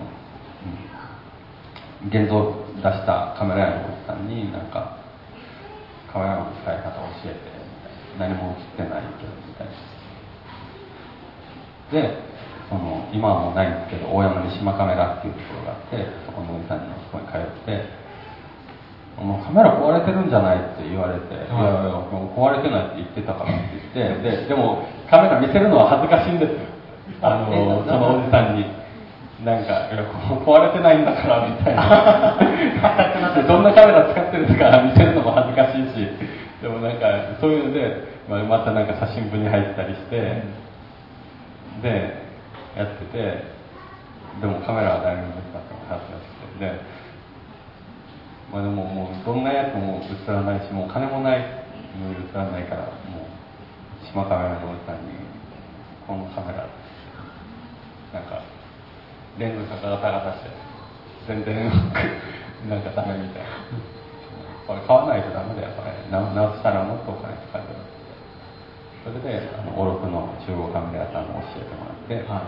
うん、現像出したカメラ屋のおじさんになんかカメラの使い方を教えてみたいな、何も写ってないけどみたいな。でその今はもうないんですけど大山に島カメラっていうところがあって、そこのおじさんのそこに通って「もうカメラ壊れてるんじゃない?」って言われて「いやいやもう壊れてないって言ってたから」って言ってででもカメラ見せるのは恥ずかしいんですよ、あのそのおじさんに。なんかいや壊れてないんだからみたいなどんなカメラ使ってるんですか見せるのも恥ずかしいし、でもなんかそういうので、まあ、またなんか写真部に入ったりして、うん、でやってて、でもカメラは誰も使っても恥ずかしくて、で、まあ、でももうどんなやつも映らないし、もう金もないのに映らないから、もう島カメラのおじさんにこのカメラなんかレンズがガタガタして全然なんかダメみたいな、これ買わないとダメだよ、これ直したらもっとお金かかるよって、それであのオロフの中国カメラ屋さんに教えてもらって、はい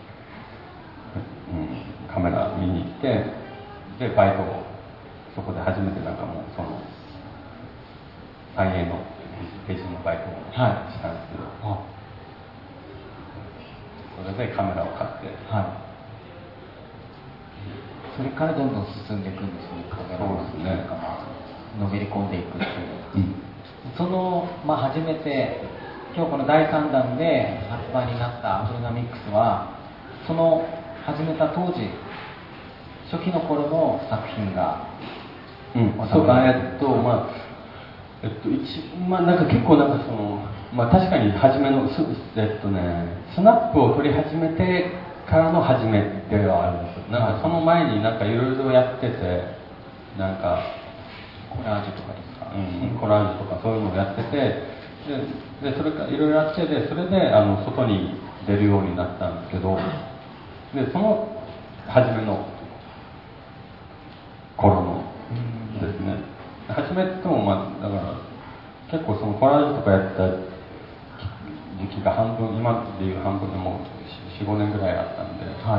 、うん、カメラ見に行ってでバイトをそこで初めてなんかもうその三栄のページのバイトをしたんですけど、はい、それでカメラを買って、はい、 それからどんどん進んでいくんですね、カメラがのめり込んでいくっていう、うん、その、まあ、初めて今日このだいさんだんで発売になったアドレナミックスはその始めた当時初期の頃の作品が、 うん、そうか、えっとまあえっと一まあなんか結構なんかそのまあ確かに初めのすえっとねスナップを撮り始めてからの初めではあるんです。なんかその前になんかいろいろやってて、なんかコラージュとかですか、 うん、コラージュとかそういうのをやってて、ででそれからいろいろやってて、それであの外に出るようになったんですけど、でその初めの頃のですね、初めってもまあだから結構そのコラージュとかやった時期が半分、今でいう半分でもうよん、ごねんぐらいあったんで、はい、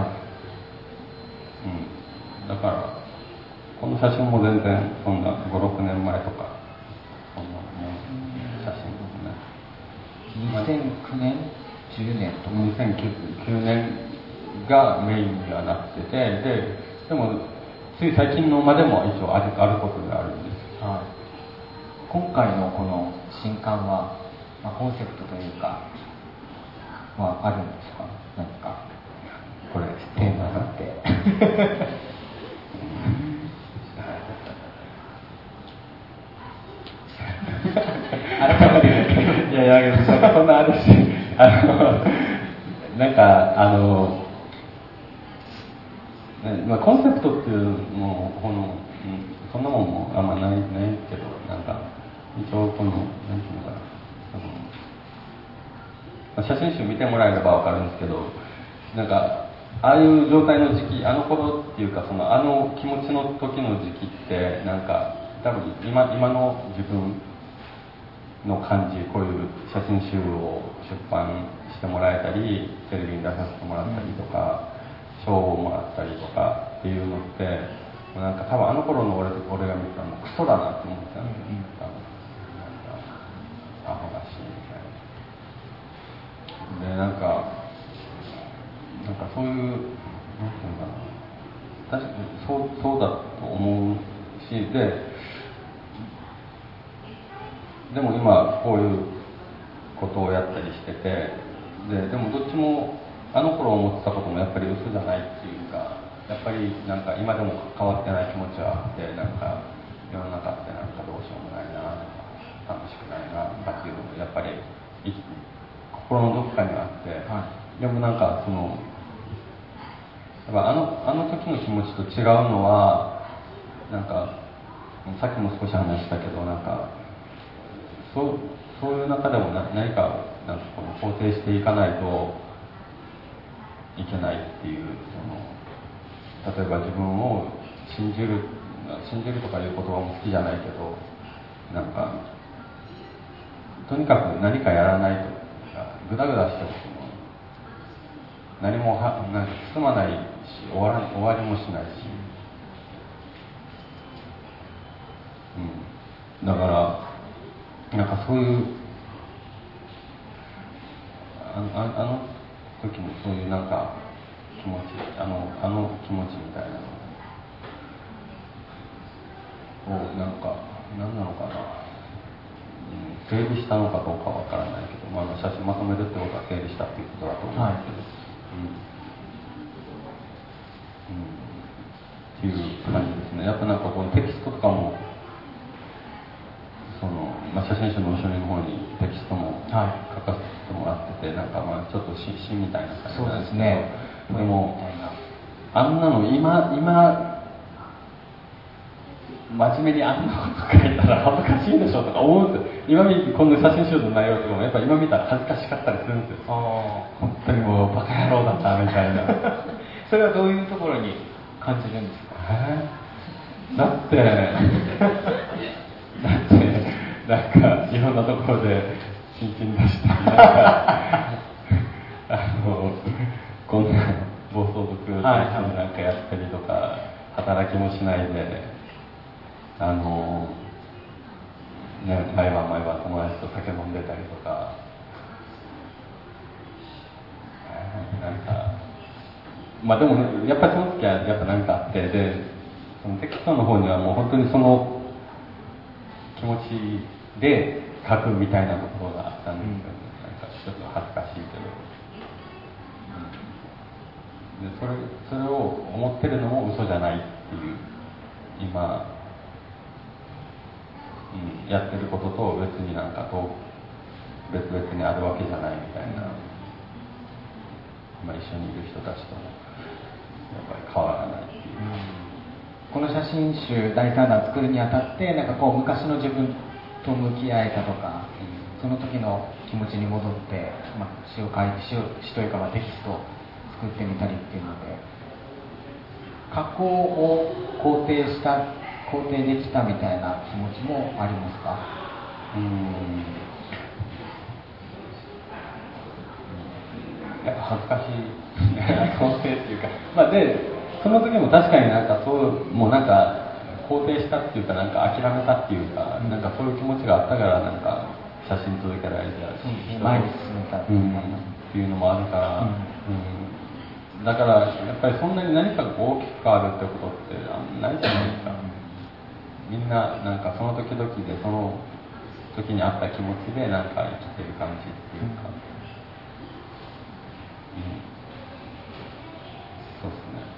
うん、だからこの写真も全然そんなご、ろくねんまえとかそんなもう写真ですね。 にせんきゅうねんじゅうねんとかにせんきゅうねんがメインにはなってて、ででもつい最近のまでも一応あるあることがあるんです、 はい、今回のこの新刊は、まあ、コンセプトというかはあるんですか、何かこれテーマがあって改めていやいやそんなあるしあのなんかあの、ねまあ、コンセプトっていうもうこの、うん、そんなもんもあんまないないけど、なんか一応この何ていうのかな、あの写真集見てもらえれば分かるんですけど、なんかああいう状態の時期、あの頃っていうかそのあの気持ちの時の時期ってなんか多分 今, 今の自分の感じ、こういう写真集を出版してもらえたりテレビに出させてもらったりとか、賞をもらったりとかっていうのってなんか多分あの頃の 俺, 俺が見たらもうクソだなって思ってたんですよ、うん、なんかアホらしいみたいなで、なんかなんかそういうなんていうのかな、確かにそう、そうだと思うし、ででも今こういうことをやったりしてて、ででもどっちもあの頃思ってたこともやっぱり嘘じゃないっていうか、やっぱりなんか今でも変わってない気持ちはあって、なんか世の中ってなんかどうしようもないなとか楽しくないなとかっていうのがやっぱり心のどこかにはあって、はい、でもなんかそのやっぱあのあの時の気持ちと違うのはなんかさっきも少し話したけど、なんかそう、そういう中でもな何かなんかこの肯定していかないといけないっていう、その例えば自分を信じる信じるとかいう言葉も好きじゃないけど、なんかとにかく何かやらないとグダグダしても何もはなんか進まないし終わら終わりもしないし、うん、だからなんかそういうあああの時もそういうなんか気持ち、あのあの気持ちみたいなのをなんか何なのかな、うん、整理したのかどうかわからないけど、まあ、写真まとめるってことは整理したっていうことだと思うんですけど、はい、うんうん、っていう感じですね。やっぱなんかこのテキストとかもその、まあ、写真集の後ろの方にテキストも書かせてもらってて、なんかまあちょっと詩みたいな感じなんですけど、ね、でもあんなの今今真面目にあんなこと書いたら恥ずかしいでしょとか思うんですよ。今見てこの写真集の内容とかもやっぱ今見たら恥ずかしかったりするんですよ。本当にもうバカ野郎だったみたいなそれはどういうところに感じるんですか？ えー、だってだってなんかいろんなところでチンチン出したりなんかあのこんな暴走族となんかやったりとか、働きもしないであのね、毎晩毎晩友達と酒飲んでたりとか、なんかまあでもやっぱりその時はやっぱなんかあって、でそのテキストの方にはもう本当にその気持ちで書くみたいなところがあったんですけど、うん、なんかちょっと恥ずかしいけど、うん、でそれそれを思ってるのも嘘じゃないっていう今、うん、やってることと別になんかこう別々にあるわけじゃないみたいな、まあ、一緒にいる人たちともやっぱり変わらないっていう、うん、 この写真集だいさんだん作るにあたってなんかこう昔の自分と向き合えたとか、うん、その時の気持ちに戻って、まあ、詩を書いて詩を詩というかまあテキストを作ってみたりっていうので過去を肯定した肯定できたみたいな気持ちもありますか？ うーん、やっぱ恥ずかしい肯定っていうか、まあでその時も確かになんかそうもうなんか肯定したっていうかなんか諦めたっていうか、なんかそういう気持ちがあったからなんか写真続けられてるし、 うん、前に進めたっていう、うん、 っていうのもあるから、うんうん、だからやっぱりそんなに何かが大きく変わるってことってあんまないじゃないですか。みんななんかその時々でその時にあった気持ちでなんか生きてる感じっていうか、うん、そうですね。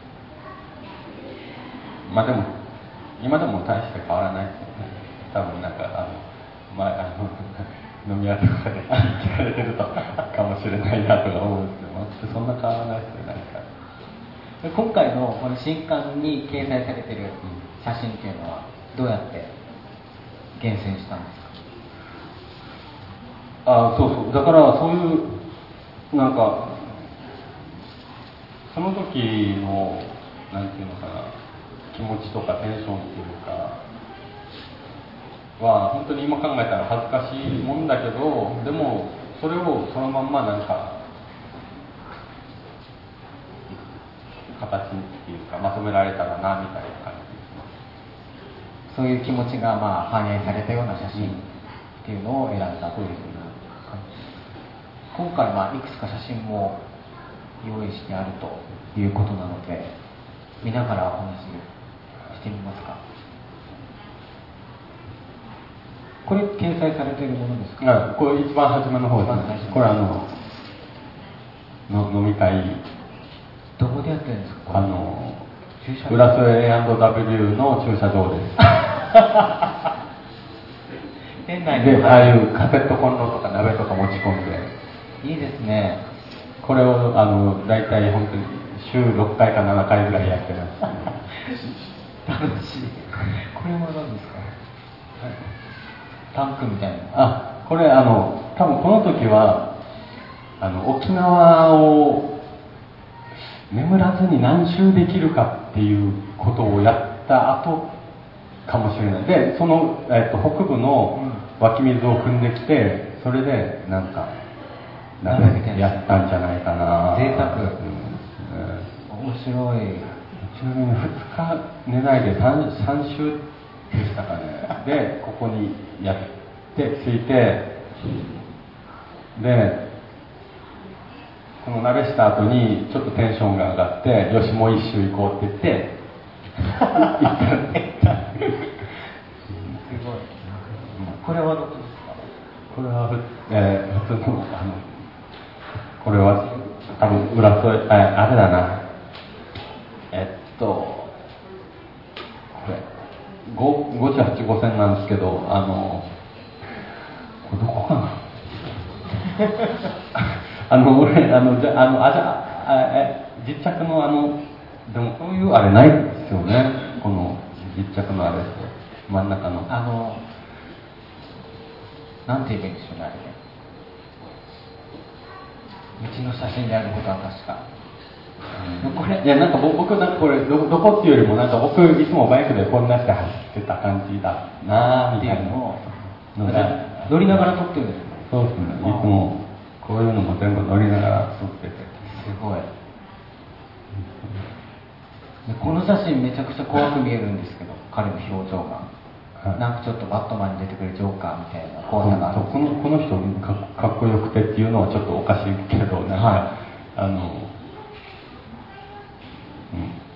まあでも今でも大して変わらないですよね。多分なんかあの前あの飲み屋とかで聞かれてるとかもしれないなとか思うんですけど、そんな変わらないですよね。なんか今回のこの新刊に掲載されてる写真っていうのはどうやって厳選したんですか？ あ、そうそう、だからそういうなんかその時のなんていうのかな、気持ちとかテンションっていうかは本当に今考えたら恥ずかしいもんだけど、でもそれをそのまんまなんか形っていうかまとめられたらなみたいな感じ。 そういう気持ちがまあ反映されたような写真っていうのを選んだというふうな感じです。今回はいくつか写真も用意してあるということなので見ながらお話ししてみますか？これ掲載されているものですか？ あ、これ一番初めの方ですね。これあのの飲み会どこでやってるんですか？ あの浦添 エーアンドダブリュー の駐車場です店内でああいうカセットコンロとか鍋とか持ち込んで、 いいですね。 これをあの大体本当に週ろっかいかななかいぐらいやってます楽しい。これは何ですか？タンクみたいな。 あ、これあの多分この時はあの沖縄を眠らずに何周できるかっていうことをやった後かもしれない。でその、えっと、北部の湧き水を汲んできて、それでなんかなんかやったんじゃないかな。 贅沢、うん、 面白い。 ちなみにふつか寝ないで 3, 3週でしたかねでここにやって着いて、でこその鍋した後にちょっとテンションが上がってよしもう一周行こうって言って行ったらすごい。これはどこですか？ これは、えー、普通のあのこれは多分裏添えああれだなえっとこれごじゅうはち号線なんですけど、あのこれどこかなあの俺あのじゃあのあじゃあえ実着のあのでもこういうあれないですよね、この実着のあれって真ん中のあのなんて言えばいいんでしょうね、あれね。道の写真であることは確か。 うん、これいやなんか僕なんかこれ ど, どこっていうよりもなんか僕いつもバイクでこんなして走ってた感じだなみたいなのが乗りながら撮ってるんですね。 そうですね。いつもこういうのも全部乗りながら撮ってて。 すごい。でこの写真めちゃくちゃ怖く見えるんですけど、彼の表情が。はい、なんかちょっとバットマンに出てくるジョーカーみたいな怖さがあるんですけど、 このこの人かかっこよくてっていうのはちょっとおかしいけど、なんか、はい、あの、うん、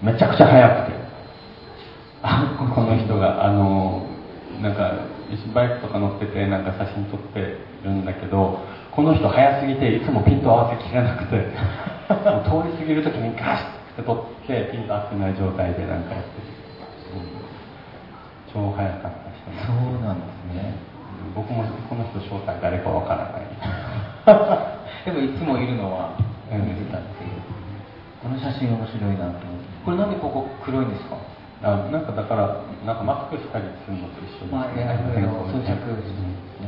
めちゃくちゃ速くて、あこの人があのなんかバイクとか乗っててなんか写真撮ってるんだけど、この人速すぎていつもピント合わせきれなくて通り過ぎるときにガシッて撮ってピント合ってない状態でなんかやってる。超早かった人ね。 そうなんですね。 僕もこの人正体誰かわからないでもいつもいるのは見てたんですけど、この写真面白いなと思って。これなんでここ黒いんですか？ あなんかだからなんかマスクしたりするのと一緒に、 まあ、いろいろ装着してるんですね。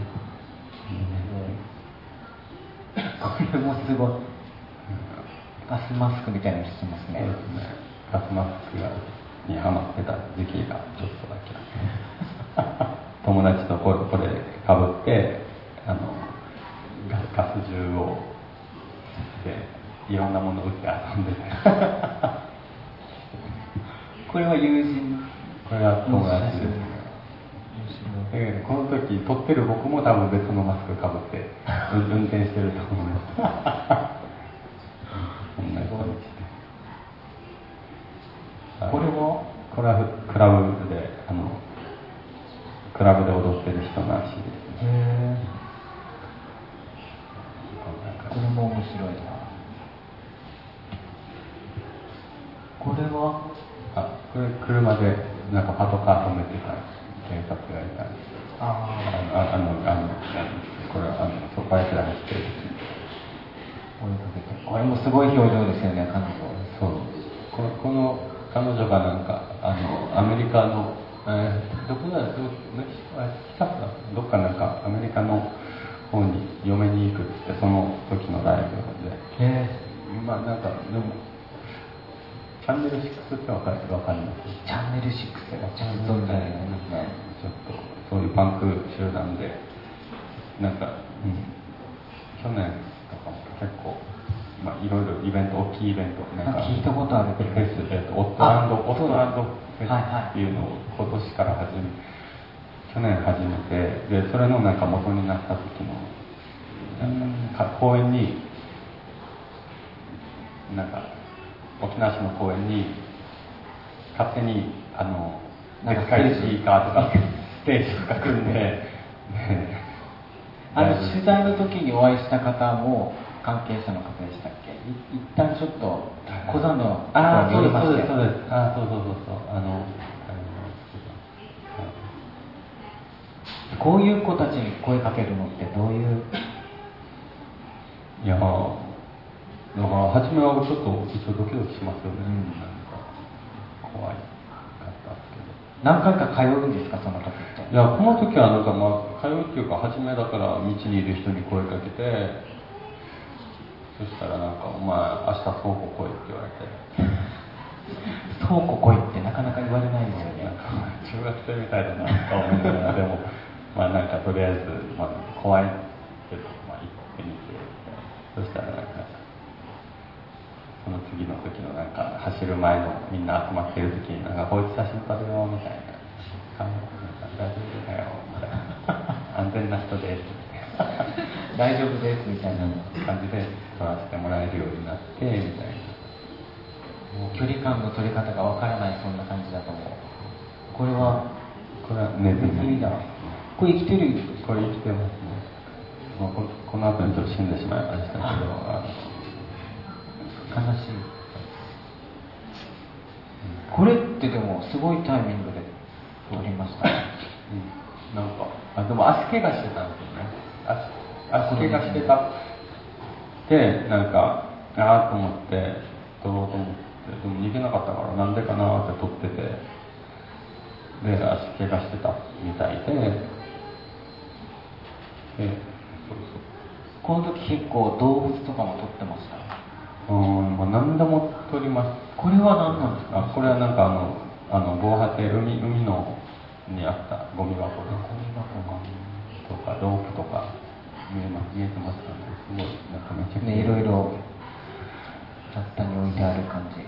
これもすごいガスマスクみたいなのしてますね。 そうですね。ガスマスクがにハマってた時期がちょっとだけ友達とこれこれかぶってあのガスガス銃をでいろんなものを撃って遊んでてこれは友人これは友達ですね。でこの時撮ってる僕も多分別のマスクかぶって運転してると思いますこんな人にしてこれはこれはクラブであのクラブで踊ってる人らしいですね。へこれも面白いな。これはあこれ車でなんかパトカー止めてた警察がいたんです。あああのあのこれはあのそこへ走ってる。 これもすごい表情ですよね、彼女。 そうこのこの彼女がなんかあのアメリカの、えー、どこだどメキシコテキサスだどっかなんかアメリカの方に嫁に行くってその時のライブで、えー、まあなんかでもチャンネルシックスってわかるわかります？ チャンネルシックスがちゃんと存在ありますね。 ちょっとそういうパンク集団でなんか、うん、去年とかも結構。まあ、いろいろイベント、大きいイベントなんか聞いたことあるフェス、えっと、オットランド、オットランドフェスっていうのを今年から始め、去年始めて、で、それのなんか元になった時の、なんか公園に、なんか、沖縄市の公園に、勝手に、あの、でっかいスピーカーとか、ステージとか組んで、 あの、取材の時にお会いした方も、関係者の方でしたっけ？一旦ちょっと小山のああそうですそうですそうですああそうそうそうそうあのこういう子たちに声かけるのってどういう？ いやだから初めはちょっと一応ドキドキしますよね、うん、なんか怖いかったんですけど何回か通うんですかその時って？ いやこの時はなんかまあ通うっていうか初めだから道にいる人に声かけてそしたらなんかお前明日倉庫来いって言われて倉庫来いってなかなか言われないですよね。 なんか中学生みたいだなと思いながらでもまあなんかとりあえず、まあ、怖いけど、まあ、行ってみてそしたらなんかその次の時のなんか走る前のみんな集まってる時になんかこいつ写真撮るよみたいな「大丈夫だよ」みたいな「安全な人です」って大丈夫ですみたいな感じで撮らせてもらえるようになってみたいな。 もう距離感の取り方がわからない、そんな感じだと思う。これはこれはネズミだ。これ生きてる？ これ生きてますね。もうここの後にちょっと死んでしまいましたけど、 悲しい。これってでもすごいタイミングで撮りましたね。 うん、なんかあでも足怪我してたんですよね。足足怪我してたでなんかああと思って撮ろうと思って、でも逃げなかったからなんでかなって撮ってて、で足怪我してたみたいで、でそうそうこの時結構動物とかも撮ってました。 うん、まあ、何でも撮ります。 これは何なんですか？ あこれはなんかあのあの防波堤、海海のにあったゴミ箱で、 ゴミ箱とかロープとか見えます見えてますかね。すごいなんかめちゃくちゃね、いろいろ雑多に置いてある感じで。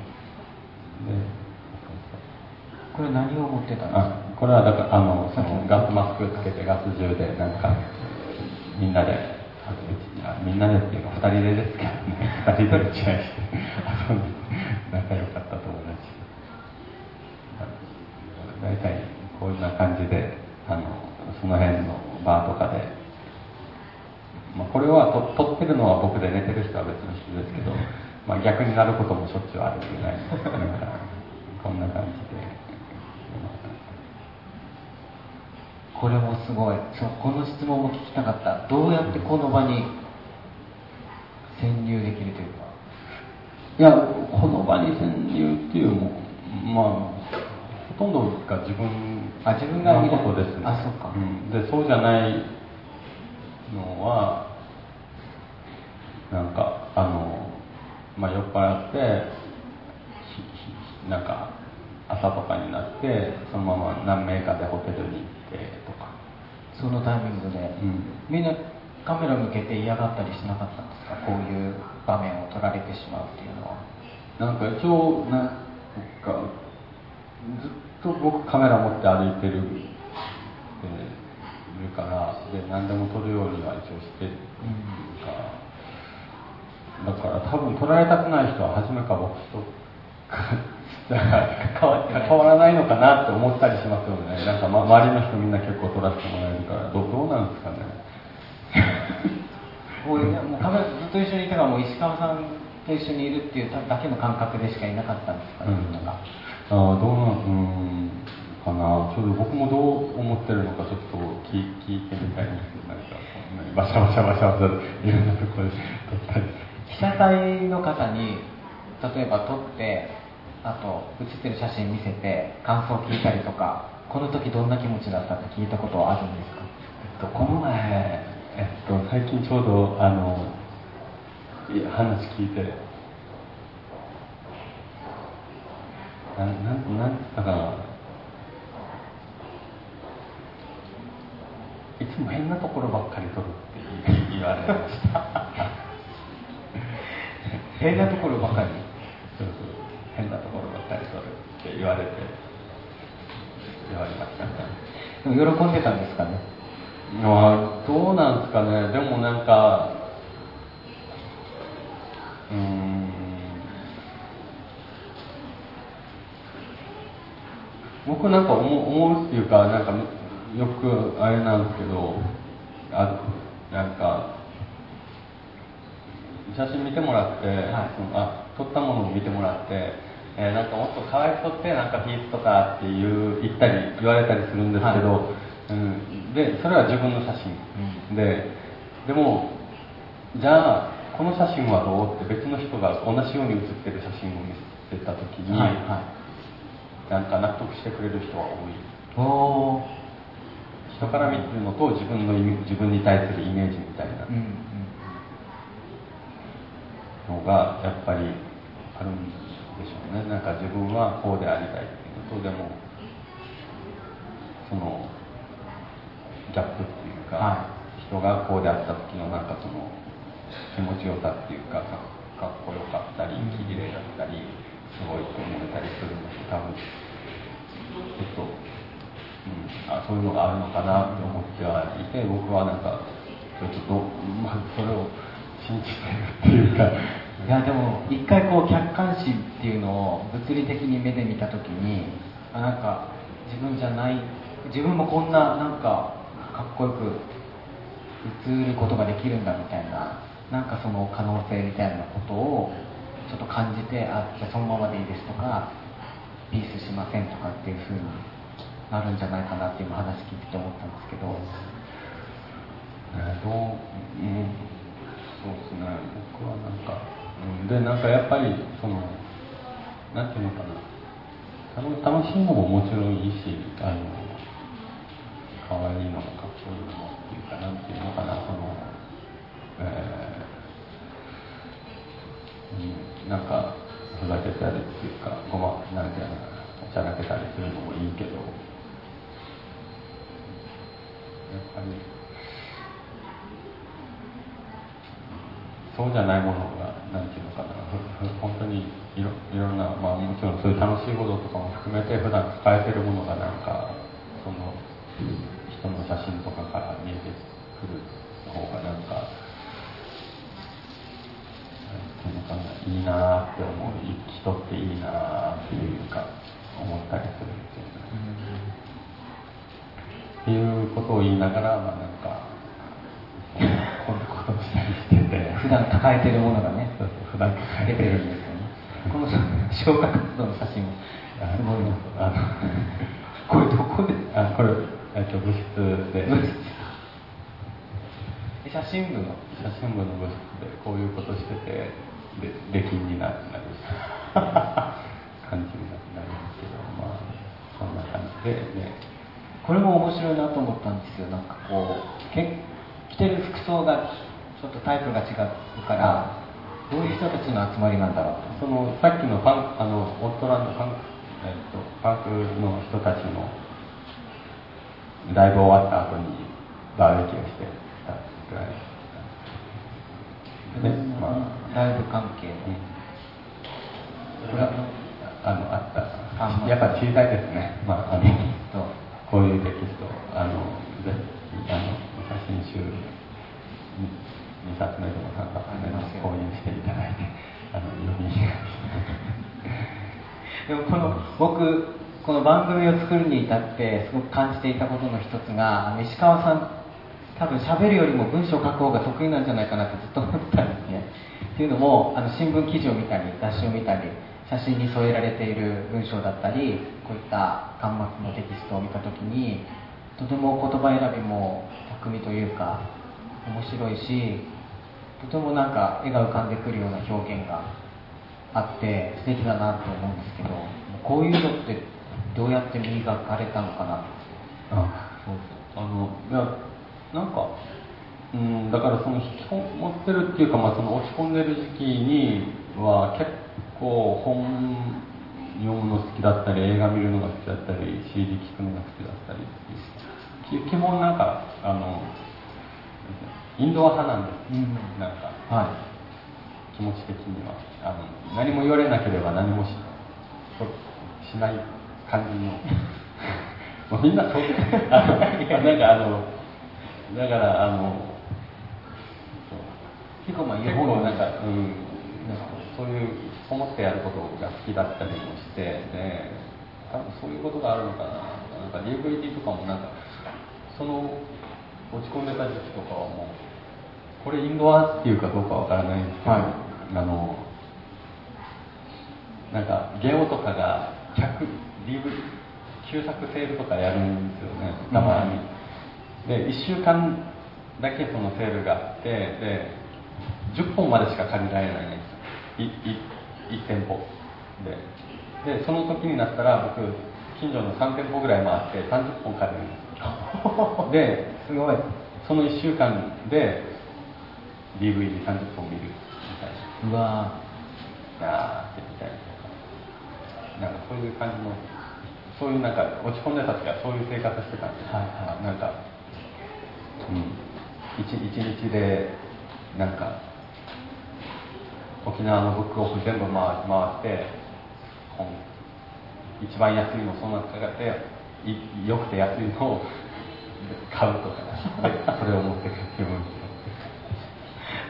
これ何を持ってたんですか？ あこれはだからあのそのガスマスクつけてガス銃でなんかみんなであみんなでっていうかふたりでですけどね、ふたりで打ち合いして遊んで仲良かった友達。大体こんな感じであのその辺のバーとかで、まあ、これはと撮ってるのは僕で寝てる人は別の人ですけど、まあ、逆になることもしょっちゅうあるぐらいのなんかこんな感じで。 これもすごい。そう、この質問も聞きたかった。どうやってこの場に潜入できるというか。 いや、この場に潜入っていうのも、まあ、ほとんどが自分あ自分がのことですね。 あ、そうか。 うん、で、そうじゃないのは、なんか、あの、まあ、酔っ払って、なんか、朝とかになって、そのまま何名かでホテルに行ってとか。 そのタイミングで、 うん、 みんなカメラ向けて嫌がったりしなかったんですか？こういう場面を撮られてしまうっていうのは。 なんか一応なんかずっと僕カメラ持って歩いてるっているからで何でも撮るようには一応してるから、だから多分撮られたくない人は初めから僕とだから関わ関わらないのかなって思ったりしますよね。なんか、ま、周りの人みんな結構撮らせてもらえるからどどうなんですかね。 もうもうカメラずっと一緒にいたからもう石川さんと一緒にいるっていうだけの感覚でしかいなかったんですかね。 うん、ああどうなんうんかな。ちょっと僕もどう思ってるのかちょっと聞聞いてみたいんですけど、なんかバシャバシャバシャバシャいろんなところで撮ったり。 被写体の方に例えば撮ってあと写ってる写真見せて感想を聞いたりとか、この時どんな気持ちだったって聞いたことはあるんですか？ えっとこの前えっと最近ちょうどあの話聞いてななんなんだかないつも変なところばっかり撮るって言われました変なところばかりそうそう変なところばっかり撮るって言われて言われましたね。 でも喜んでたんですかね。 まあどうなんですかね。でもなんかうーん僕なんか思う、思うっていうかなんかよくあれなんですけど、あなんか写真見てもらって、はい、あ撮ったものを見てもらって、えー、なんかもっと可愛く撮ってなんかピースとかっていう言ったり言われたりするんですけど、はい、うん、でそれは自分の写真、うん、ででもじゃあこの写真はどうって別の人が同じように写ってる写真を見せた時に、はいはい、なんか納得してくれる人は多い。 お人から見てるのと自分の自分に対するイメージみたいなのがやっぱりあるんでしょうね。なんか自分はこうでありたいっていうのと、でもそのギャップっていうか、はい、人がこうであった時のなんかその気持ちよさっていうか、かっこよかったり綺麗だったりすごいと思えたりするので、多分ちょっと、うん、あそういうのがあるのかなって思ってはいて、僕はなんかちょっとど、まあ、それを信じてるっていうかいやでも一回こう客観視っていうのを物理的に目で見たときに、あ、なんか自分じゃない、自分もこんななんかかっこよく映ることができるんだみたいな、なんかその可能性みたいなことをちょっと感じて、あ、じゃあそのままでいいですとか、ピースしませんとかっていう風になるんじゃないかなって今話聞いてて思ったんですけど、 えー、どう、うん、そうですね、僕はなんか、うん、でなんかやっぱりそのなんていうのかな、楽しいのももちろんいいし、あの可愛いのもかっこいいのもっていうか、なんていうのかな、その、えーうん、なんかふざけたりっていうか、ごまなんていうのかな、おちゃらけたりするのもいいけど、やっぱりそうじゃないものが、なんていうのかな、本当にいろいろんな、まあ、もちろんそういう楽しいこととかも含めて普段使えてるものがなんかその人の写真とかから見えてくる方がなんか、なんていうのかな、いいなって思う、人っていいなっていうか思ったりするっていうか、うん、っていうことを言いながら、まあなんかこんなことをしたりしてて、 普段抱えてるものがね、 そうそう普段抱えてるんですよね。 この消化活動の写真もすごいの。 あのこれどこで、あ、これ、えっと、部室で写真部の写真部の部室でこういうことしてて、で出禁になる感じになるんですけど、まあそんな感じでね。 これも面白いなと思ったんですよ。なんかこうけ着てる服装がちょっとタイプが違うから、どういう人たちの集まりなんだろうと。 そのさっきのファン、あのオットランドファン、えっと、パークの人たちのライブ終わった後にバーベキューをしてたぐらいで、ね、まあライブ関係の、 うん、これはあのあったやっぱ小さいですね、まあ、あのこういうテキストあのぜひあの写真集にさつめでもさんさつめでも購入していただいて、あの読みでもこの僕この番組を作るに至ってすごく感じていたことの一つが、あの石川さん多分喋るよりも文章を書く方が得意なんじゃないかなってずっと思ってたんですね。っていうのも、あの新聞記事を見たり雑誌を見たり写真に添えられている文章だったり、こういった端末のテキストを見たときに、とても言葉選びも巧みというか面白いし、とてもなんか絵が浮かんでくるような表現があって素敵だなと思うんですけど、こういうのってどうやって磨かれたのかな。 あ、そうそう、あのいやなんか、うん、だからその引きこもってるっていうか、まあ、その落ち込んでる時期には結構本読むの好きだったり、映画見るのが好きだったり、 シーディー 聴くのが好きだったり、基本なんかあのインドア派なんです、うん、なんか、はい、気持ち的にはあの何も言われなければ何も し, しない感じのもうみんなそうあのなんかあのだからあの結構まあ結構なんか、うん、なんかそういう思ってやることが好きだったりもして、で多分そういうことがあるのかな。なんか ディーブイディー とかもなんかその落ち込んでた時期とかはもうこれインドアっていうかどうかわからないんですけど、はい、あのなんかゲオとかが ディーブイディー 旧作セールとかやるんですよね、たまに。うん、でいっしゅうかんだけそのセールがあって、でじゅっぽんまでしか借りられないんですよ、いち店舗で。でその時になったら僕近所のさん店舗ぐらい回ってさんじゅっぽん借りるんですよ。ですごいそのいっしゅうかんで ディーブイディーさんじゅっぽん見るみたいな。うわーあーってみたいな、なんかそういう感じの、そういうなんか落ち込んでた時はそういう生活してたんです、はいはい、なんか、うん、一, 一日でなんか沖縄のブックオフ全部回, 回って本一番安いのその中で良くて安いのを買うとかでそれを持って帰って読むんですよ。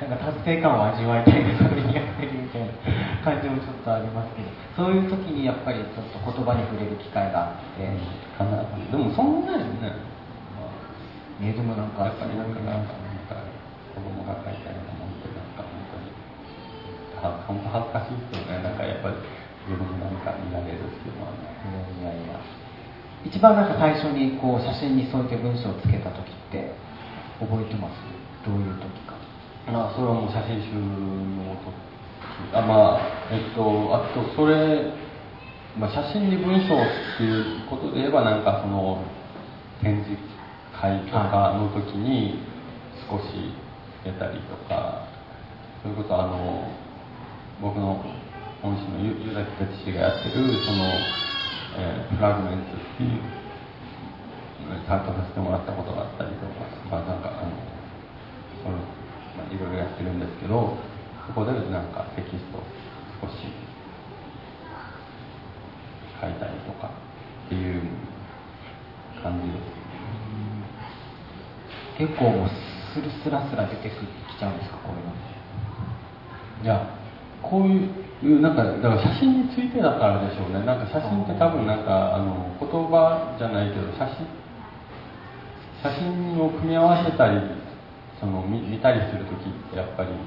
なんか達成感を味わいたいでそれにやってるみたいな感じもちょっとありますけど、そういう時にやっぱりちょっと言葉に触れる機会があって、 かな。でもそんなにね、 ね、でもなんかやっぱりなんかなんかなんか子供が書いたようなもんってなんか本当に本当恥ずかしいですよね。なんかやっぱり自分なんか見られるっていうのはね。 いやいやいや。一番なんか最初にこう写真にそうやって文章をつけた時って覚えてます？どういう時か。 まあそれはもう写真集の時。あまあえっとあとそれ、まあ、写真に文章っていうことで言えばなんかその展示会とかの時に少し出たりとか、それこそあの僕の恩師の湯崎哲司がやってるその、えー、フラグメンツっていう参加させてもらったことがあったりとか、まあなんかあのその、まあ、いろいろやってるんですけど、そこでなんかテキスト少し書いたりとかっていう感じです。 結構もうスルスラスラ出てきちゃうんですか、こういうの。 いや、こういうなんかだから写真についてだからでしょうね。なんか写真って多分なんかあの言葉じゃないけど写真写真を組み合わせたりその 見, 見たりする時ってやっぱり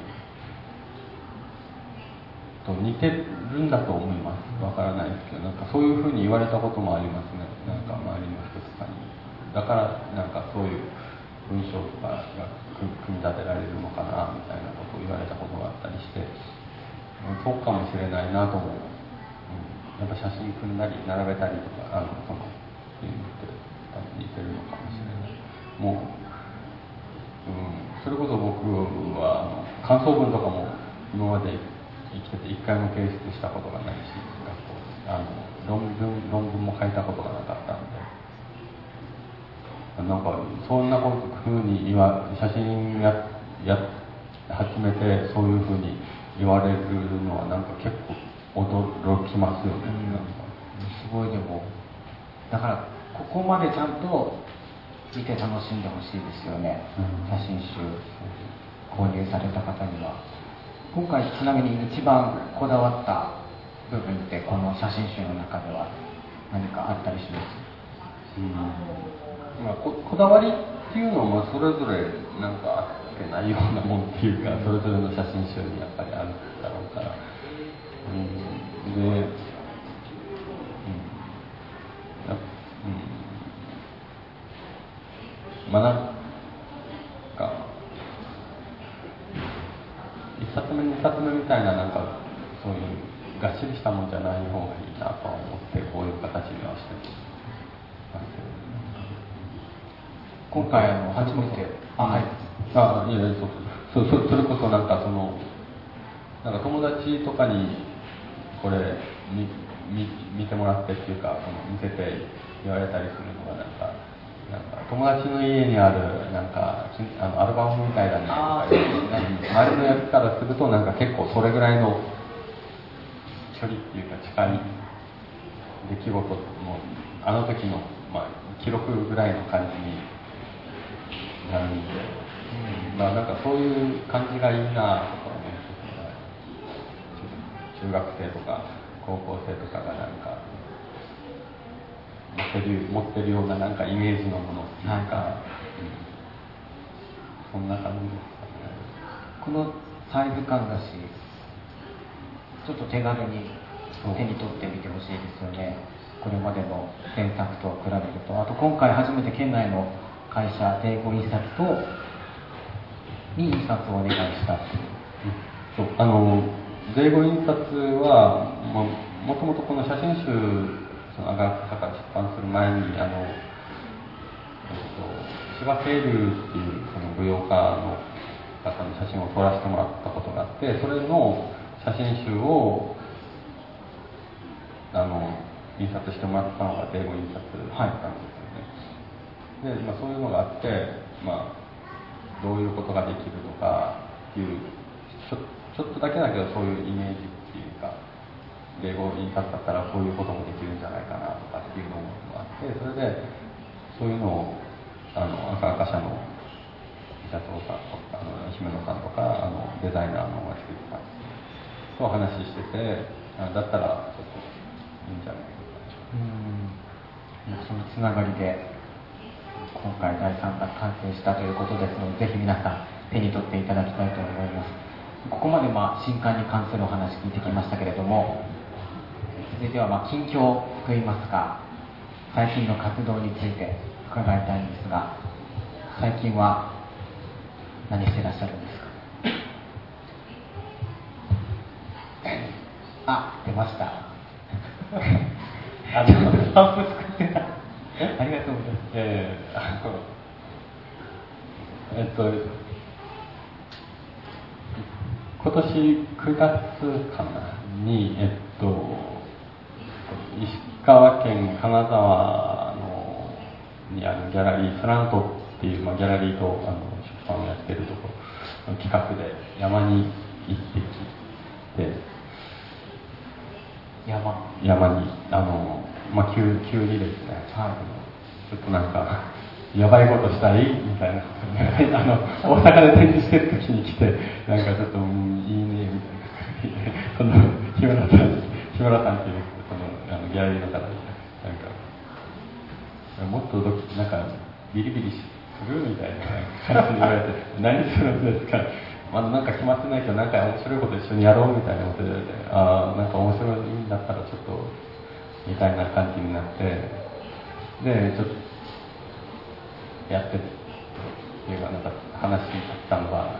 と似てるんだと思います。わからないですけど、なんかそういうふうに言われたこともありますね。なんか周りの人とかに。だからなんかそういう文章とかが組み立てられるのかなみたいなことを言われたことがあったりして、そうかもしれないなと思う、うん、やっぱ写真組んだり並べたりとかあのそのっていうのって多分似てるのかもしれない。もう、うん、それこそ僕はあの感想文とかも今まで生きてて一回も提出したことがないし、あの論文論文も書いたことがなかったんで。なんかそんなふうに言わ写真やや始めてそういうふうに言われるのはなんか結構驚きますよね。うん、なんかすごい。でもだからここまでちゃんと見て楽しんでほしいですよね、うん、写真集購入された方には。今回ちなみに一番こだわった部分ってこの写真集の中では何かあったりします？うんまあ、こ, こだわりっていうのもそれぞれなんかあってないようなもんっていうか、それぞれの写真集にやっぱりあるだろうから、うん、で、うんうん、まあなんか一冊目二冊目みたいななんかそういうがっしりしたもんじゃない方がいいなと思ってこういう形にはしてます。 今回あの初めて、 あ、はい、あ、いやいや、そう、そ、それこそなんかそのなんか友達とかにこれ見見見てもらってっていうかその見せて言われたりするのがなんかなんか友達の家にあるなんかあのアルバムみたいだねとか言って、周りのやつからするとなんか結構それぐらいの距離っていうか近い出来事もあの時のまあ記録ぐらいの感じになるんで、うん、まあなんかそういう感じがいいなとか思う。中学生とか高校生とかがなんか持ってる持ってるようななんかイメージのものっていうか、はい、うん、そんな感じですかね。 このサイズ感だし、ちょっと手軽に手に取ってみてほしいですよね。これまでの前作と比べると、あと今回初めて県内の会社英語印刷とに印刷をお願いしたっていう。 そう、あの英語印刷はもともとこの写真集その阿川坂から出版する前にあの、えっと、柴清流っていうその舞踊家の方の写真を撮らせてもらったことがあって、それの写真集をあの印刷してもらったのが英語印刷だったんですよね。はい、で、まあ、そういうのがあって、まあ、どういうことができるとかっていうちょちょっとだけだけどそういうイメージっていうか、英語印刷だったらこういうこともできるんじゃないかなとかっていうのもあって、それでそういうのをあの赤赤社の社長さんとかあの姫野さんとかあのデザイナーの松木さんと話してて、あだったらちょっといいんじゃないかうんそのつながりで今回だいさんだん完成したということですので、ぜひ皆さん手に取っていただきたいと思います。ここまでまあ新刊に関するお話聞いてきましたけれども、続いてはまあ近況といいますか最近の活動について伺いたいんですが、最近は何してらっしゃるんですか？あ、出ましたあ、ちょっとサンプ作ってたありがとうございます。 えー、あのえっと今年くがつかなにえっと石川県金沢のにあるギャラリースラントっていう、まあ、ギャラリーとあの出版をやってるところの企画で山に行ってきて、 山山にあの、まあ、急, 急にですね、はい、ちょっとなんかやばいことしたいみたいなことねあの大阪で展示してる時に来てなんかちょっと、うん、いいねみたいなその日村さん日村さんっていうそのあのギャラリーの方になんかもっとどなんかビリビリするみたいな感じで言われて何するんですか、まだなんか決まってないけどなんか面白いこと一緒にやろうみたいなことでああなんか面白いんだったらちょっとみたいな感じになってでちょっとやってっていうかなんか話にしたのが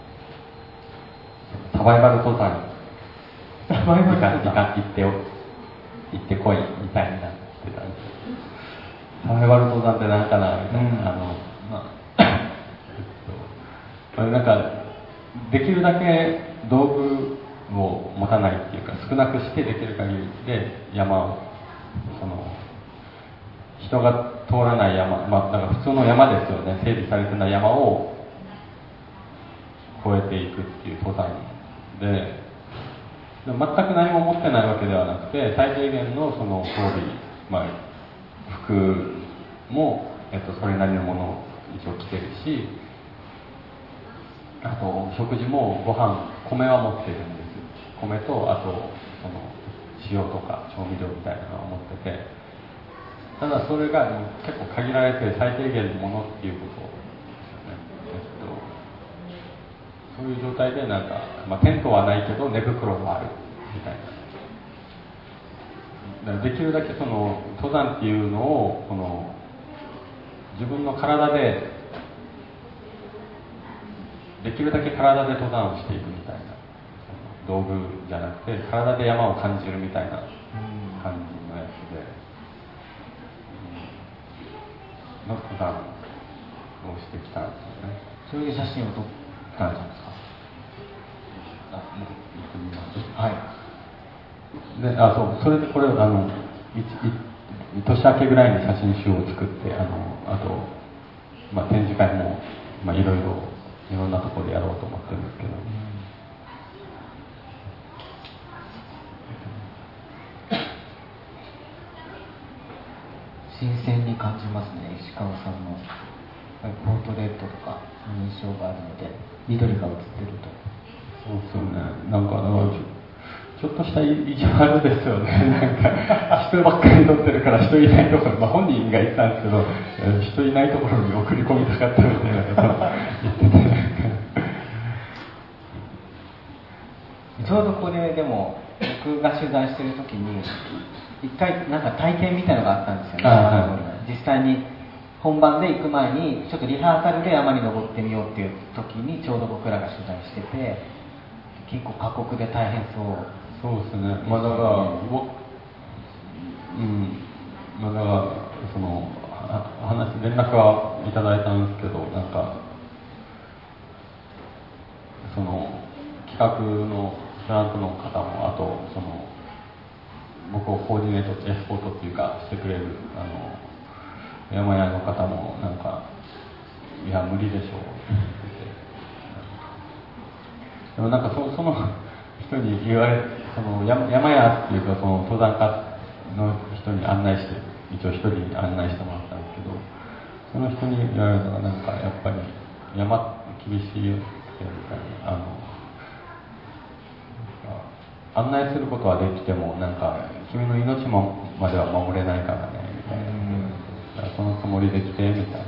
サバイバル登山サバイバル登山行って行ってこいみたいになってたんですサバイバル登山って何かなみたいな、うん、あのまあえっとなんかできるだけ道具を持たないっていうか少なくしてできる限りで山をその人が通らない山、まあ、だから普通の山ですよね、整備されてない山を越えていくっていう登山で、で全く何も持ってないわけではなくて最低限のその装備、まあ、服も、えっと、それなりのものを一応着てるし、あと食事もご飯米は持ってるんです。米とあとその塩とか調味料みたいなのを持ってて、ただそれが結構限られて最低限のものっていうことを、ねえっと、そういう状態でなんか、まあ、テントはないけど寝袋はあるみたいな。だからできるだけその登山っていうのをこの自分の体でできるだけ体で登山をしていくみたいな、道具じゃなくて体で山を感じるみたいな感じのやつで。の登山をしてきたんですよね。 そういう写真を撮ったんですか？ あ、もう行ってみます。 はい。 で、あ、そう、それでこれあのいい年明けぐらいに写真集を作ってあのあと、まあ、展示会も、まあ、いろいろいろんなところでやろうと思ってるんですけど。 新鮮に感じますね、石川さんのポートレートとか印象があるので、緑が映ってると。 そうですよね、なんかちょっとした意地悪ですよね、なんか人ばっかり撮ってるから人いないところ、まあ、本人が言ったんですけど、人いないところに送り込みたかったみたいなことを言ってて、 ちょうどこれでも僕が取材してる時に一回なんか体験みたいなのがあったんですよね、はい、実際に本番で行く前にちょっとリハーサルで山に登ってみようっていう時にちょうど僕らが取材してて、結構過酷で大変そう。 そうですね、まあだから僕うんまあだからその話連絡はいただいたんですけど、なんかその企画のグラントの方もあとその僕をコーディネートエスコートっていうかしてくれるあの山屋の方もなんかいや無理でしょうって言ってて、でもなんか そ, その人に言われその 山, 山屋っていうかその登山家の人に案内して一応一人に案内してもらったんですけど、その人に言われたらなんかやっぱり山厳しいてみたいな、あの案内することはできてもなんか君の命もまでは守れないからねみたいな、だからそのつもりで来てみたい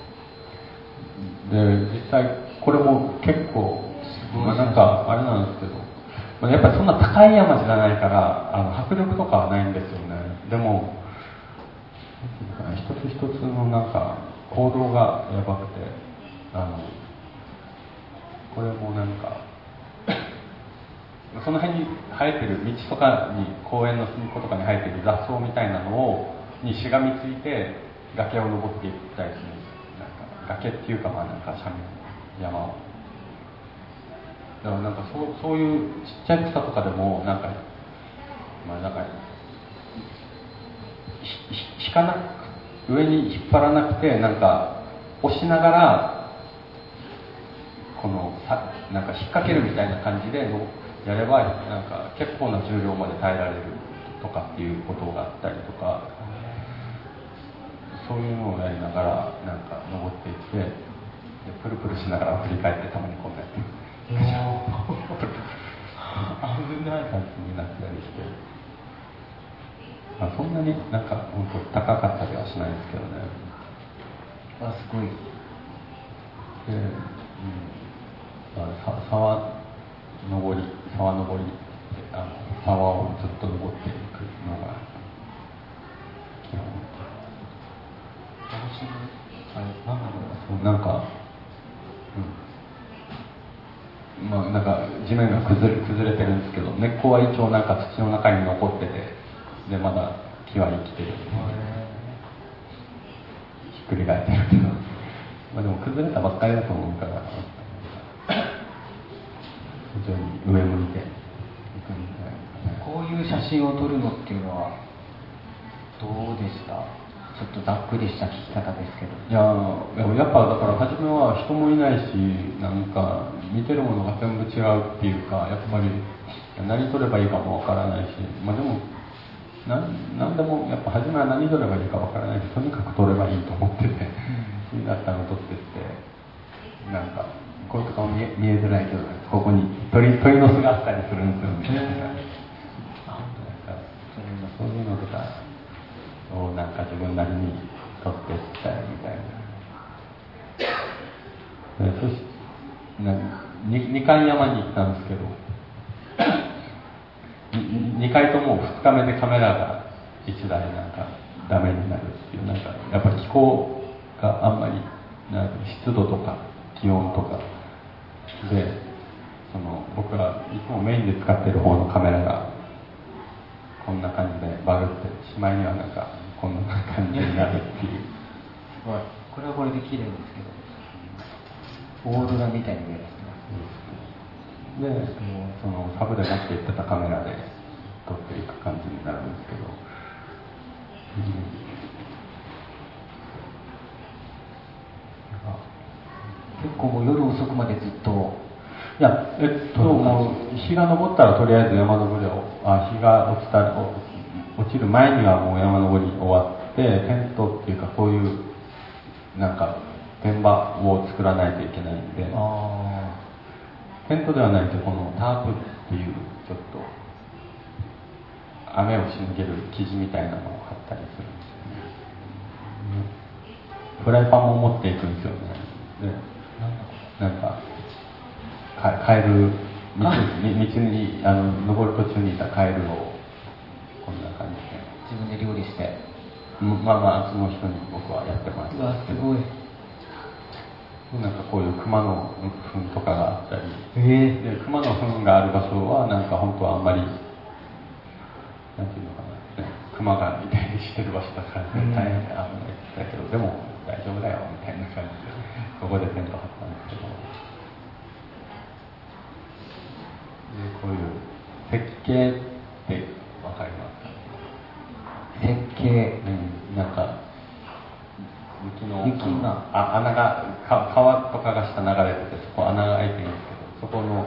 な。で実際これも結構、まあ、なんかあれなんですけど、まあ、やっぱりそんな高い山じゃないからあの迫力とかはないんですよね。でも一つ一つのなんか行動がやばくて、あのこれもなんかその辺に生えてる道とかに公園の隅っことかに生えてる雑草みたいなのをにしがみついて崖を登っていったりするんですよ。なんか崖っていうかまあなんか斜面山をだからなんかそう、そういうちっちゃい草とかでもなんかまあなんか引かなく上に引っ張らなくてなんか押しながらこのさなんか引っ掛けるみたいな感じでのやればなんか結構な重量まで耐えられるとかっていうことがあったりとか、そういうのをやりながらなんか登っていってでプルプルしながら振り返ってたまにこんなやって危ない感じになったりして、まあ、そんなになんか本当高かったりはしないですけどね。 あすごい。 で、うんまあ、さ沢登り沢登りあの沢をずっと登っていくのが基本。 私もあれなんだろうなんか、うんまあ、なんか地面が崩れ、崩れてるんですけど根っこは一応なんか土の中に残っててでまだ木は生きてるひっくり返ってるけど、まあ、でも崩れたばっかりだと思うから非常に上向いていくみたいな。 こういう写真を撮るのっていうのはどうでした？ちょっとざっくりした聞き方ですけど。 いややっぱだから初めは人もいないしなんか見てるものが全部違うっていうかやっぱり何撮ればいいかもわからないし、まあ、でも何でもやっぱ初めは何撮ればいいかわからないしとにかく撮ればいいと思ってて気になったのを撮ってってなんかこういうとかも見え、見えづらいけどここに 鳥, 鳥の巣があったりするんですよね。そういうのとかをなんか自分なりに撮っていったりみたいな。そしな 2, 2回山に行ったんですけどにかいともふつかめでカメラがいちだいなんかダメになるっていうなんかやっぱり気候があんまりなんか湿度とか気温とかでその僕はいつもメインで使ってる方のカメラがこんな感じでバグってしまいにはなんかこんな感じになるっていうすごいこれはこれで綺麗ですけどオーロラみたいに見えますね。 でそのサブで持って行ってたカメラで撮っていく感じになるんですけど、うん結構もう夜遅くまでずっといやえっともう日が昇ったらとりあえず山登りをあ日が落ちた落ちる前にはもう山登り終わってテントっていうかこういうなんか天場を作らないといけないんであテントではないとこのタープっていうちょっと雨をしのげる生地みたいなのを貼ったりするんですよね。フライパンも持っていくんですよね。でなんかカエル道にあの登る途中にいたカエルをこんな感じで自分で料理してまあまあその人に僕はやってもらったんですけど、 うわすごいなんかこういう熊の糞とかがあったり、 えー、 で熊の糞がある場所はなんか本当はあんまりなんていうのかな、ね、熊がいたりしてる場所だから大変危ないだけどでも大丈夫だよみたいな感じでここでテント張ったんですけど、でこういう設計ってわかりますか？ 設計、 うん、なんか雪の雪があ穴がか川とかが下流れててそこ穴が開いてるんですけどそこの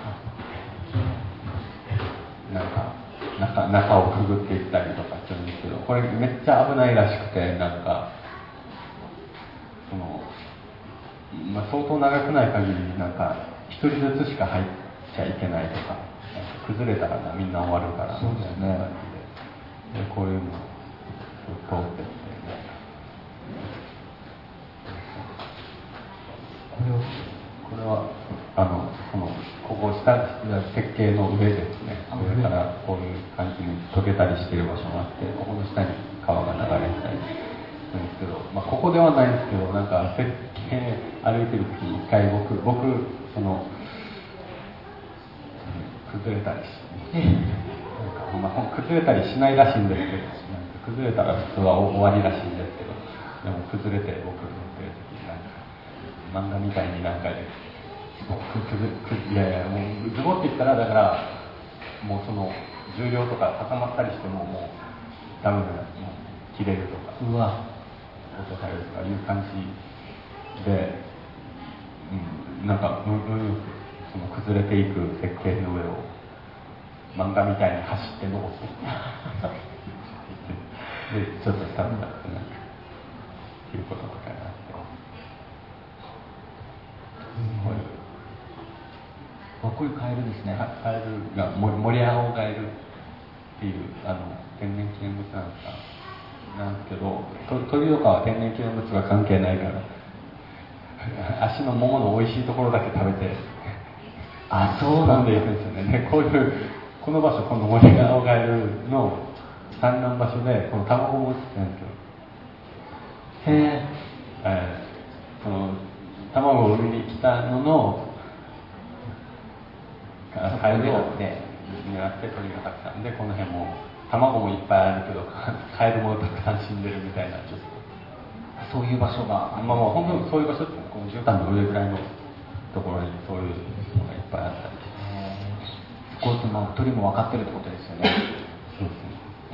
なんか中, 中をくぐっていったりとかするんですけどこれめっちゃ危ないらしくてなんかその、まあ、相当長くない限りなんか一人ずつしか入っちゃいけないとか、なんか崩れたらみんな終わるからそうですね。 でこういうのを通ってってね、これをこれはあのこのここ下設計の上ですね。上からこういう感じに溶けたりしてる場所があって、ここの下に川が流れたりするんですけど、まあ、ここではないんですけど、なんか設計歩いてる時に一回僕僕その崩れたりしてなんか、まあ、崩れたりしないらしいんですけど、なんか崩れたら普通は終わりらしいんですけど、でも崩れて僕乗ってる時になんか漫画みたいになんかもう崩れいやいやもうズボっていったらだからもうその重量とか固まったりしてももうダメだ、もう切れるとかうわ落とされるとかいう感じで、うん、なんかうんうんその崩れていく設計の上を漫画みたいに走って登ってでちょっとスタッフだってなんかいうこととかがあって、こういうこういうカエルですね。 カエルがモリアオガエルっていうあの天然記念物なんですかなんですけど、鳥とかは天然記念物が関係ないから足の桃の美味しいところだけ食べてあそうなんでいくんですよね。でこういうこの場所、このモリアオガエルの産卵場所でこの卵も落ちてるんですよ。 へえ、 えー、その卵を産みに来たののカエルを狙って鳥がたくさんで、この辺も卵もいっぱいあるけどカエルもたくさん死んでるみたいな、ちょっとそういう場所が、 まあまあ本当にそういう場所ってこの絨毯の上ぐらいのところにそういうのがいっぱいあったりして、 こうまあ鳥も分かってるってことですよね。 そうですね。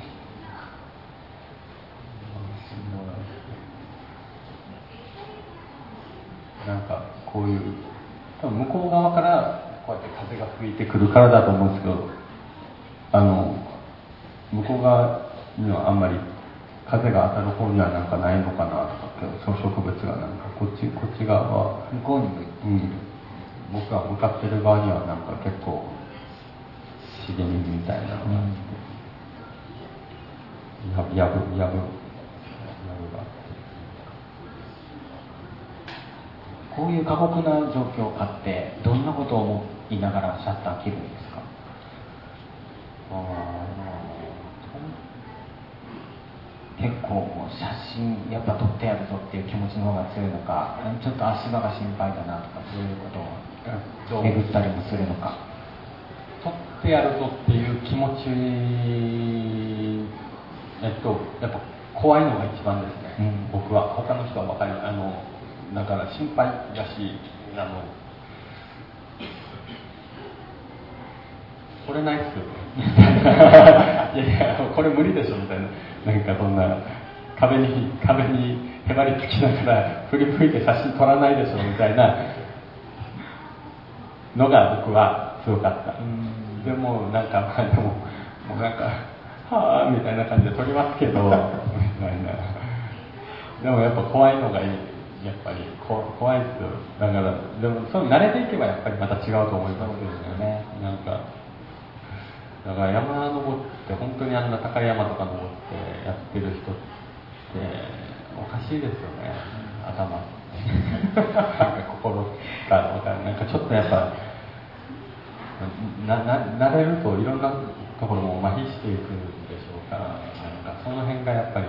なんかこういう多分向こう側からこうやって風が吹いてくるからだと思うんですけど、あの向こう側にはあんまり風が当たる方にはなんかないのかなとか、その植物がなんかこっちこっち側は向こうに向いて、 うん、僕が向かってる側にはなんか結構茂みみたいなのがあって、やぶやぶやぶがあって。 こういう過酷な状況下ってどんなことを思いながらシャッター切るんですか？あ結構もう写真やっぱ撮ってやるぞっていう気持ちの方が強いのか、ちょっと足場が心配だなとか、そういうことを巡ったりもするのか。 撮ってやるぞっていう気持ち、えっとやっぱ怖いのが一番ですね、うん、僕は。他の人は分かりない、あのだから心配だし、あのこれないっすよいやいやこれ無理でしょみたいな、なんかそんな壁に壁にへばりつきながら振り向いて写真撮らないでしょみたいなのが僕はすごかった。うんでもなんかまあでももうなんかはあみたいな感じで撮りますけどみたいな。でもやっぱ怖いのがいい。やっぱりこ怖いですよ。だからでもそう慣れていけばやっぱりまた違うと思いますけどね。なんかだから山登って本当にあんな高い山とか登ってやってる人っておかしいですよね。頭なんか心が分かる。なんかちょっとやっぱなな慣れるといろんなところも麻痺していくでしょうから、なんかその辺がやっぱり。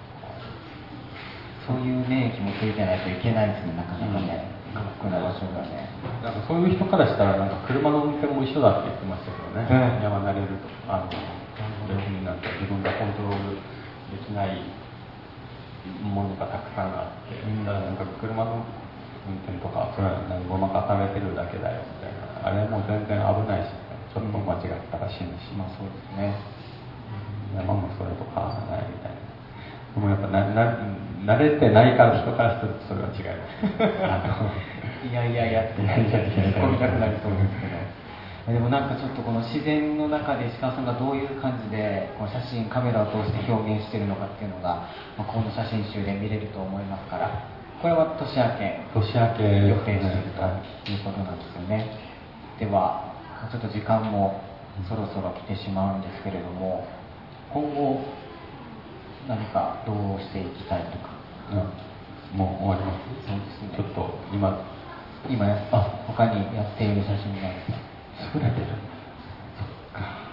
そういう免疫もついてないといけないですね、なかなかね、過酷な場所がね。 なんかそういう人からしたら、なんか車の運転も一緒だって言ってましたけどね、うん、山慣れると、あの別になんか自分がコントロールできないものがたくさんあって、うん、だからなんか車の運転とか、それはごまかされてるだけだよみたいな、あれも全然危ないし、ちょっと間違ったら死ぬし、まあそうですね、山もそれと変わらないみたいな。でもやっぱなな慣れてないから人からするとそれは違いますいやいやいやって突っ込みたくなりそうですけど、 でもなんかちょっとこの自然の中で石川さんがどういう感じでこの写真カメラを通して表現しているのかっていうのが、まあ、この写真集で見れると思いますから、 これは年明け年明け予定しているということなんですよね。ではちょっと時間もそろそろ来てしまうんですけれども、今後何かどうしていきたいとか。 うん、もう終わります。 そうですね。 ちょっと今今やあ他にやっている写真が優れてる。そっか。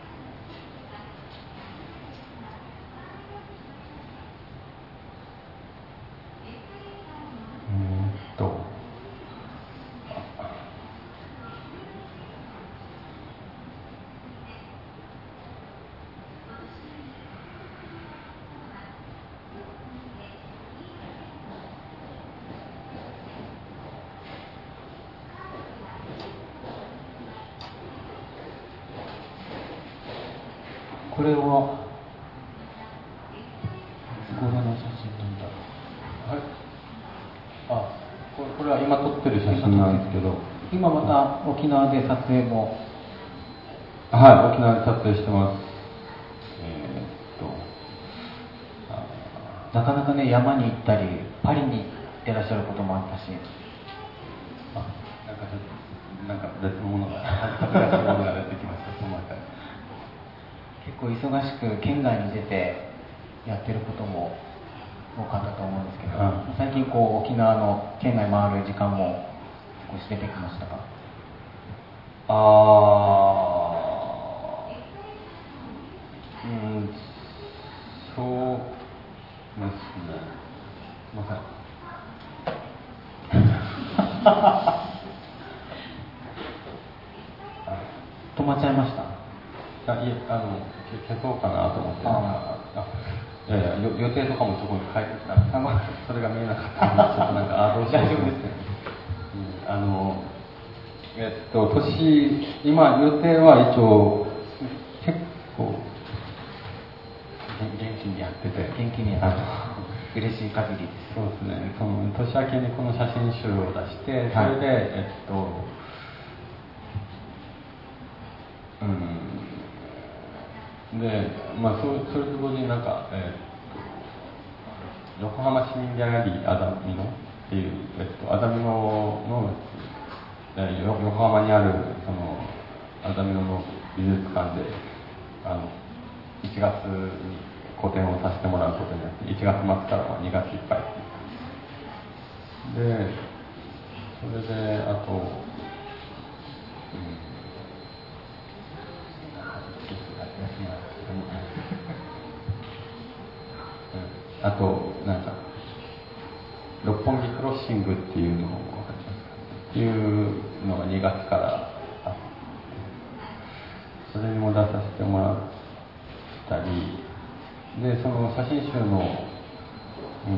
うーんと。 これはこれの写真なんだ。 はい。あ、これ、これは今撮ってる写真なんですけど、 今また沖縄で撮影も。 はい、沖縄で撮影してます。えー、っとなかなかね、山に行ったりパリに行ってらっしゃることもあったし、 あ、なんかちょっとなんか別のものが恥ずかしいものが出てきました。その中で結構忙しく県外に出てやってることも多かったと思うんですけど、 はい、 最近こう沖縄の県内回る時間も少し出てきましたか？ ああ、うん、そうですね。まさ止まっちゃいました？ あ、いえ、あの消そうかなと思って、ああいやいや予定とかもそこに書いてたんです。それが見えなかったので、ちょっとなんかあどうしようと思って、うん、あのえっと年今予定は一応結構元気にやってて、 元気にやってて嬉しい限りです。 そうですね。その年明けにこの写真集を出して、それで、はい、えっとうんで、まあ、そ, それと同時になんか、えー、と横浜市民ギャラリーアダミノっていう、えっと、アダミノの、えー、横浜にあるそのアダミノの美術館であのいちがつに個展をさせてもらうことになって、いちがつ末からはにがついっぱいで、それであと、うんあとなんか六本木クロッシングっていうのを分かりますかっていうのがにがつからあって、それにも出させてもらったりで、その写真集の、うん、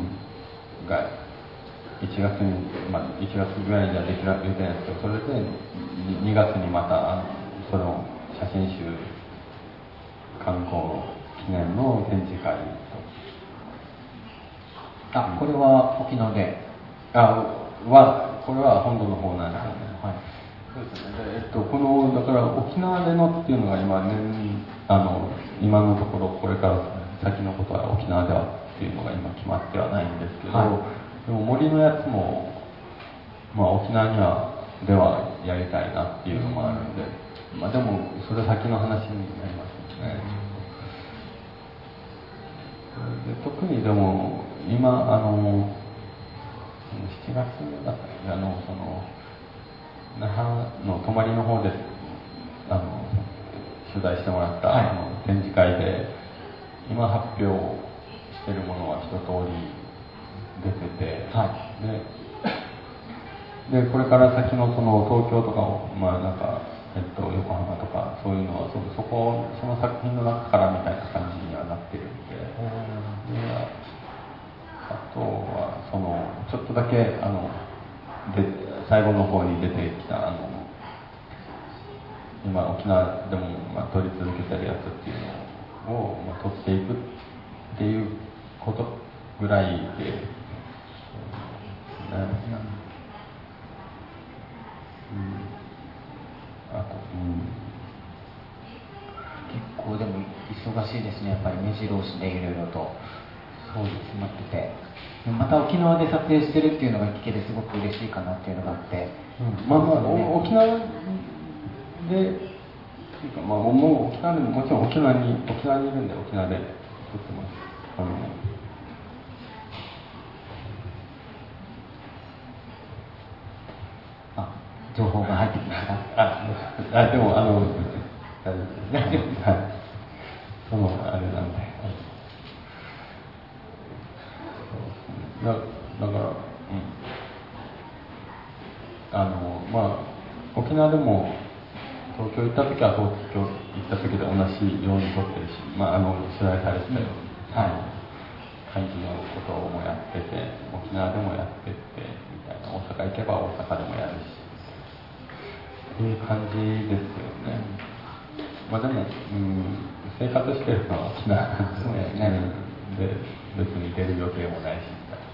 がいちがつに、まあ、いちがつぐらいにはできる予定なんですけど、それでにがつにまたその写真集観光記念の展示会と、 あ、これは沖縄で、 あはこれは本土の方なんですよね。はい。そうですね。で、えっとこのだから沖縄でのっていうのが今ね、あの今のところこれから先のことは沖縄ではっていうのが今決まってはないんですけど、はい、でも森のやつもまあ沖縄にはではやりたいなっていうのもあるんで、うん、まあでもそれ先の話になりますね。で特にでも今あのしちがつだったりあのその那覇の泊まりの方であの取材してもらった、はい、あの展示会で今発表してるものは一通り出てて、はい、ででこれから先のその東京とかをまあなんかえっと横浜とかそういうのは そ, そこその作品の中からみたいな感じにはなってるんで。であとはそのちょっとだけあので最後の方に出てきたあの今沖縄でも、まあ、撮り続けてるやつっていうのを、まあ、撮っていくっていうことぐらいで、うん、ね、うん、あと、うん、 結構でも忙しいですね、やっぱり目白押しでいろいろと。 そうですまってて、また沖縄で撮影してるっていうのが聞けてすごく嬉しいかなっていうのがあって、 うん、まあまあ、ね、沖縄でまあ、もう沖縄でももちろん沖縄に沖縄にいるんで沖縄で撮ってます。あのあ、情報が入ってきました。 あ、あでもあの大丈夫です。はい。そのあれなんで。だだからうんあのまあ沖縄でも。東京行った時は東京行った時で同じように撮ってるし、まあ、あの取材されてたような、はい、感じのことをもやってて、沖縄でもやってってみたいな、大阪行けば大阪でもやるしっていう感じですよね。まあでも、うん、生活してるのは沖縄なんですね。で、別に出る予定もないしみたいな。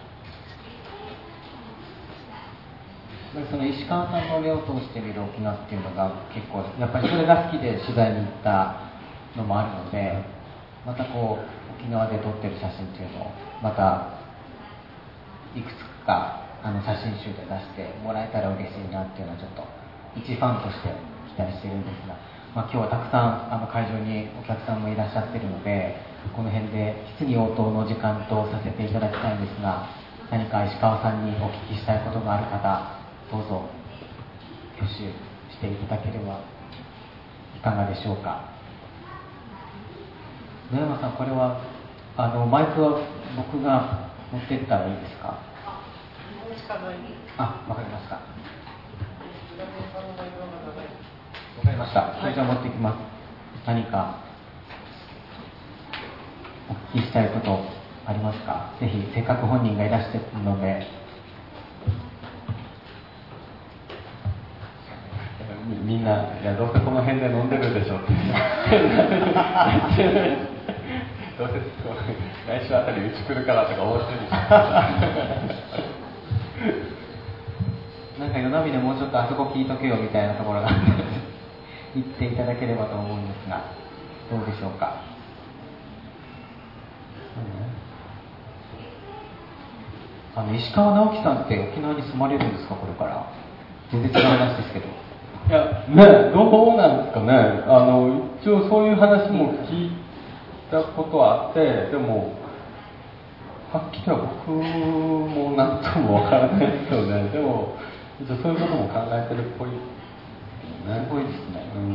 その石川さんの目を通して見る沖縄っていうのが結構やっぱりそれが好きで取材に行ったのもあるので、またこう沖縄で撮ってる写真っていうのをまたいくつかあの写真集で出してもらえたら嬉しいなっていうのはちょっと一ファンとして期待してるんですが、まあ、今日はたくさんあの会場にお客さんもいらっしゃってるので、この辺で質疑応答の時間とさせていただきたいんですが、何か石川さんにお聞きしたいことがある方、どうぞ挙手していただければいかがでしょうか。野山さん、これはあのマイクは僕が持っていったらいいですか。あ、わかりました。わかりました。それじゃあ持ってきます。何かお聞きしたいことありますか。ぜひ、せっかく本人がいらしているので。 みんな、いや、どうせこの辺で飲んでるでしょって。どうせ来週あたりうち来るからとか思ってるでしょ。 なんか夜波でもうちょっとあそこ聞いとけよみたいなところが言っていただければと思うんですが、どうでしょうか。あの石川直樹さんって沖縄に住まれるんですか、これから。全然違う話ですけど。 いやね、どうなんですかね。あの一応そういう話も聞いたことはあって、でもはっきりは僕も何ともわからないですよね。でも一応そういうことも考えてるっぽいですね。 すごいですね。 うん、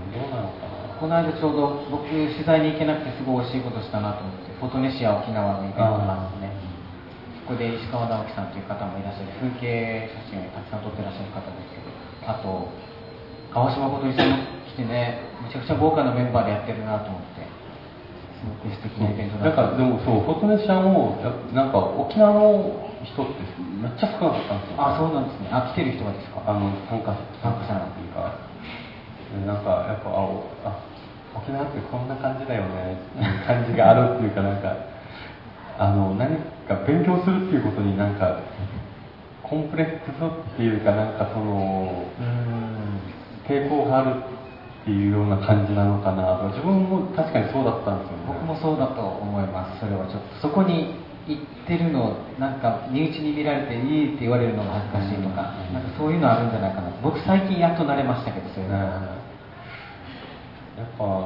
どうなのかな。 この間ちょうど僕取材に行けなくてすごい惜しいことしたなと思って、フォトネシア沖縄のイベントがあってね、そこで石川直樹さんという方もいらっしゃる、風景写真をたくさん撮ってらっしゃる方ですけど、あと川島小鳥さんも来てね、めちゃくちゃ豪華なメンバーでやってるなと思って、すごく素敵なイベントだった。 なんかでもそう、フォトネシアもなんか沖縄の人ってめっちゃ少なかったんですよ。 あ、そうなんですね。あ、来てる人はですか。 あの参加参加者なんていうか、なんかやっぱああ沖縄ってこんな感じだよねっていう感じがあるっていうか、なんかあの何か勉強するっていうことになんかコンプレックスっていうか、なんかそのうん抵抗があるっていうような感じなのかなと。自分も確かにそうだったんですよね。 僕もそうだと思います。それはちょっとそこに行ってるのなんか身内に見られていいって言われるのが恥ずかしいとか、うん、なんかそういうのあるんじゃないかな。僕最近やっと慣れましたけど、そういうの、ね、 やっぱ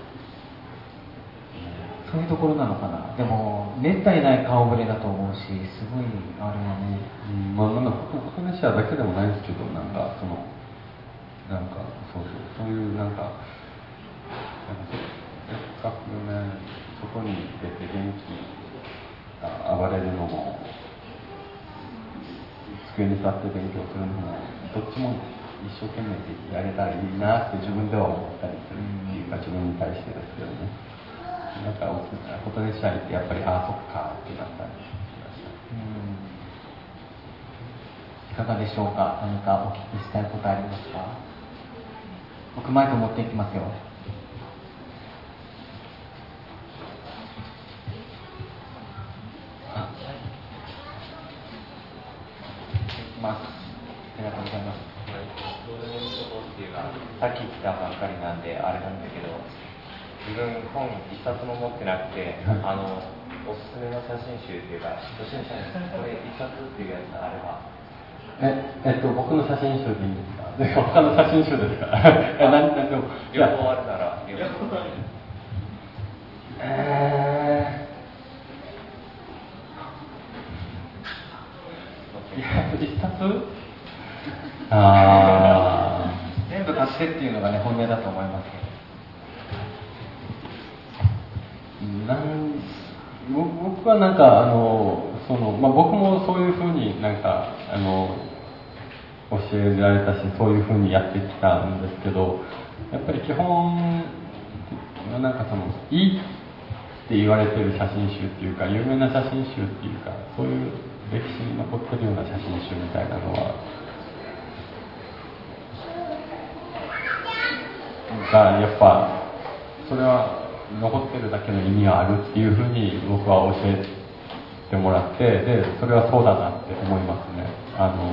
そういうところなのかな。でもめったにない顔ぶれだと思うし、すごいあれはね、 うん、まあなんかフォトネシアだけでもないんですけど、なんかそのなんかそうそうそういうなんかなんかせっかくね外に出て元気が暴れるのも机に座って勉強するのもどっちも一生懸命やれたらいいなって自分では思ったりするっていうか、自分に対してですけどね。なんかフォトネシアってやっぱりああそっかってなったりしました。 うん、いかがでしょうか。何かお聞きしたいことありますか。僕マイク持っていきますよ。あ、いきます。ありがとうございます。 どうでもいいことっていうか、さっき来たばっかりなんであれなんだけど、自分本一冊も持ってなくて、あのおすすめの写真集っていうか、初心者にこれ一冊っていうやつがあれば。 え、えっと、僕の写真集でいいんですか？他の写真集ですか？え、何、何でも。 両方あるなら。両方ある。 えー、いや、一冊？あー全部貸してっていうのがね、本音だと思いますけど。なん僕はなんかあのその、まあ、僕もそういうふうになんかあの教えられたし、そういうふうにやってきたんですけど、やっぱり基本なんかそのいいって言われてる写真集っていうか、有名な写真集っていうか、そういう歴史に残ってるような写真集みたいなのはがやっぱそれは残ってるだけの意味があるっていうふうに僕は教えてもらって、でそれはそうだなって思いますね。あの、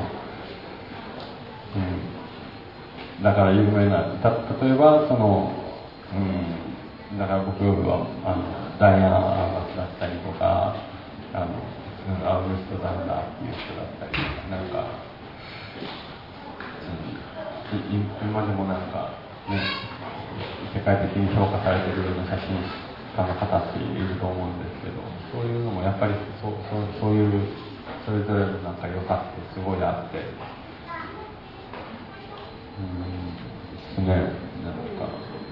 うん、だから有名なた例えばその、うん、だから僕はあのダイアン・アーバスだったりとか、あのアウグスト・ザンダーっていう人だったり、なんか、うん、今でもなんかね、世界的に評価されているような写真家の方っていると思うんですけど、そういうのもやっぱり そ, そ, そういうそれぞれのなんか良さってすごいあって、うんですね、なんか、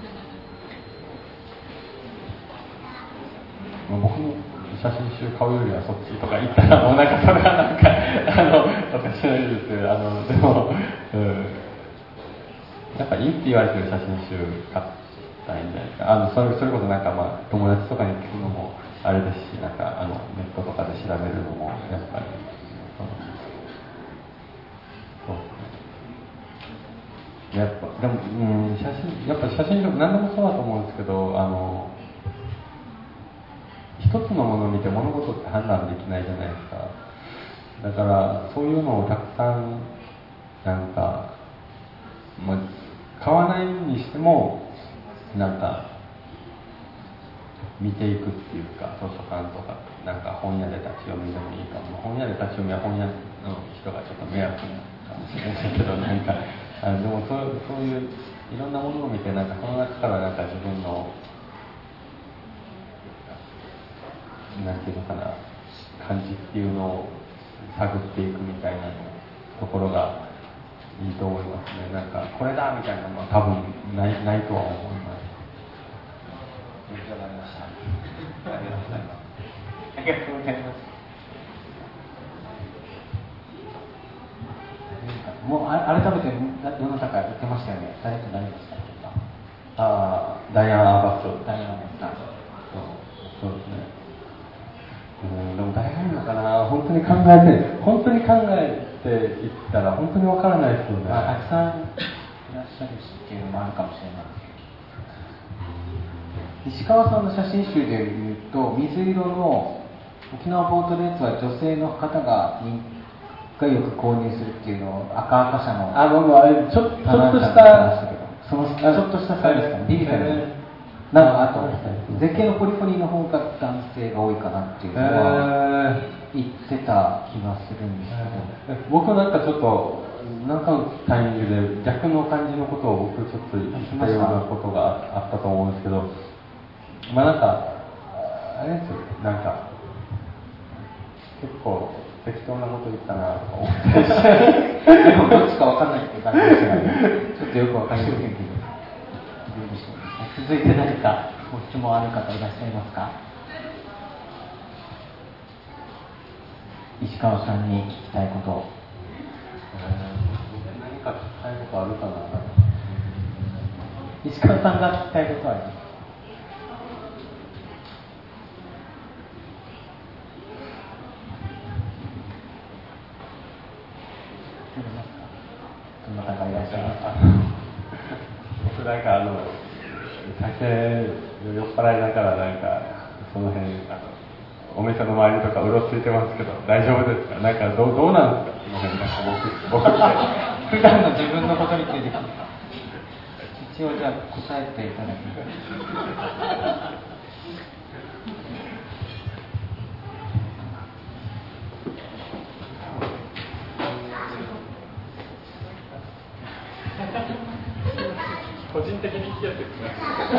まあ、僕の写真集買うよりはそっちとか言ったらもうなんかそれはなんかあの私じゃないですけど、あのでも、うん、やっぱいいって言われてる写真集買ったいんじゃないですか。あのそれそれこそなんかまあ友達とかに聞くのもあれですし、なんかあのネットとかで調べるのもやっぱり、うん、そうですね。やっぱでも、うん、写真やっぱ写真何でもそうだと思うんですけど、あの一つのものを見て物事って判断できないじゃないですか。だからそういうのをたくさんなんか、まあ、買わないにしてもなんか見ていくっていうか、図書館とかなんか本屋で立ち読みでもいいかも。本屋で立ち読みは本屋の人がちょっと迷惑かもしれないけど、なんかあでもそう、そういういろんなものを見て、なんかその中からなんか自分のなんていうのかな、感じっていうのを探っていくみたいなところがいいと思いますね。なんかこれだみたいなのは多分ないないとは思います。勉強になりました。ありがとうございます。ありがとうございます。 もうあ改めてどなたか言ってましたよね。誰と誰でしたっけ？ ああ、ダイアン・アーバスト。 ダイアン・アーバスト。 そうですね。うん、でも大変だから本当に考えて本当に考えていったら本当にわからないですよね。 まあ、たくさんいらっしゃるしっていうのもあるかもしれない。石川さんの写真集でいうと、水色の沖縄ポートレートは女性の方ががよく購入するっていうのを赤々社のあのあれちょちょっとしたそのちょっとしたサイズですかね、ビビたるなんかあと絶景のポリフォニーの方が男性が多いかなっていうのは言ってた気がするんですけど、 僕なんかちょっとなんかのタイミングで逆の感じのことを僕ちょっと言ったようなことがあったと思うんですけど、まあなんかあれですよね、なんか結構適当なこと言ったなとか思ってでもどっちか分かんないっていう感じですが、ね、ちょっとよく分かりませんけど、 続いて何かご質問ある方いらっしゃいますか？石川さんに聞きたいこと、 えー、何か聞きたいことあるかな。 石川さんが聞きたいことはありますか？どなたかいらっしゃいますか？ 僕なんかあの酒酔っ払いながらなんかその辺あのお店の周りとかうろついてますけど大丈夫ですか？なんかどうどうなんですか？その辺なんか僕僕普段の自分のことについて一応じゃあ答えていただきます。 個人的に聞きやすいですね。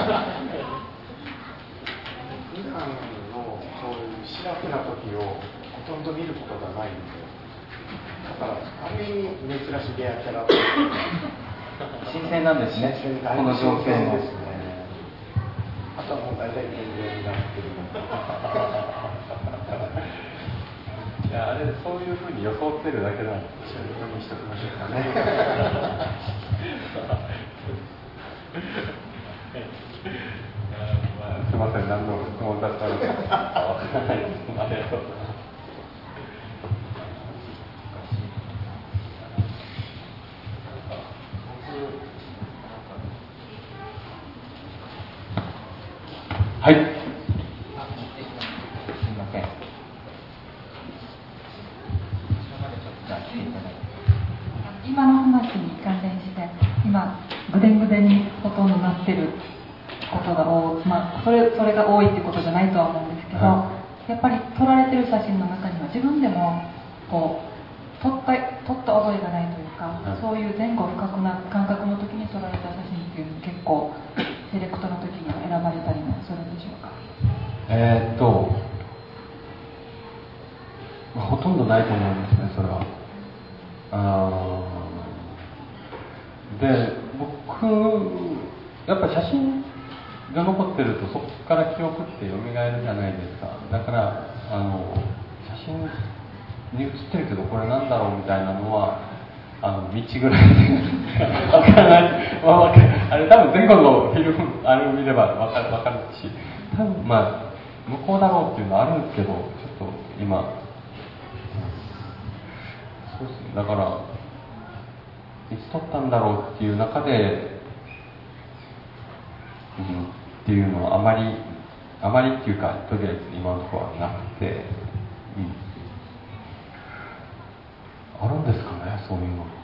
普段のそういうシラフな時をほとんど見ることがないので、だからある意味珍しいレアキャラと新鮮なんですね、この条件も。 ですね。あとはもう大体人間になってる。 いや、あれそういうふうに装ってるだけなんです。 そういうふうにしときましょうかね。 すみません、何の質問だったのかわからないです。ありがとうございます。はい。すみません。 今の話に関連して、今ぐでんぐでんにほとんどなってることが多い、まあ、それそれが多いってことじゃないとは思うんですけど、はい、やっぱり撮られてる写真の中には自分でもこう撮った撮った覚えがないというか、はい、そういう前後不覚な感覚の時に撮られた写真っていうの結構セレクトの時には選ばれたりもするんでしょうか。 えー、っと、まあ、ほとんどないと思いますね、それは。あで、僕やっぱり写真が残ってるとそこから記憶って蘇るじゃないですか。だからあの写真に写ってるけどこれなんだろうみたいなのはあの道ぐらいでわからない、まあ、わかるあれ多分前後のフィルムあれを見ればわかるわかるし、多分まあ向こうだろうっていうのはあるんですけど、ちょっと今そうですね、だからいつ撮ったんだろうっていう中で、うん、っていうのはあまりあまりっていうかとりあえず今のところはなくて、うん、あるんですかね、そういうのって。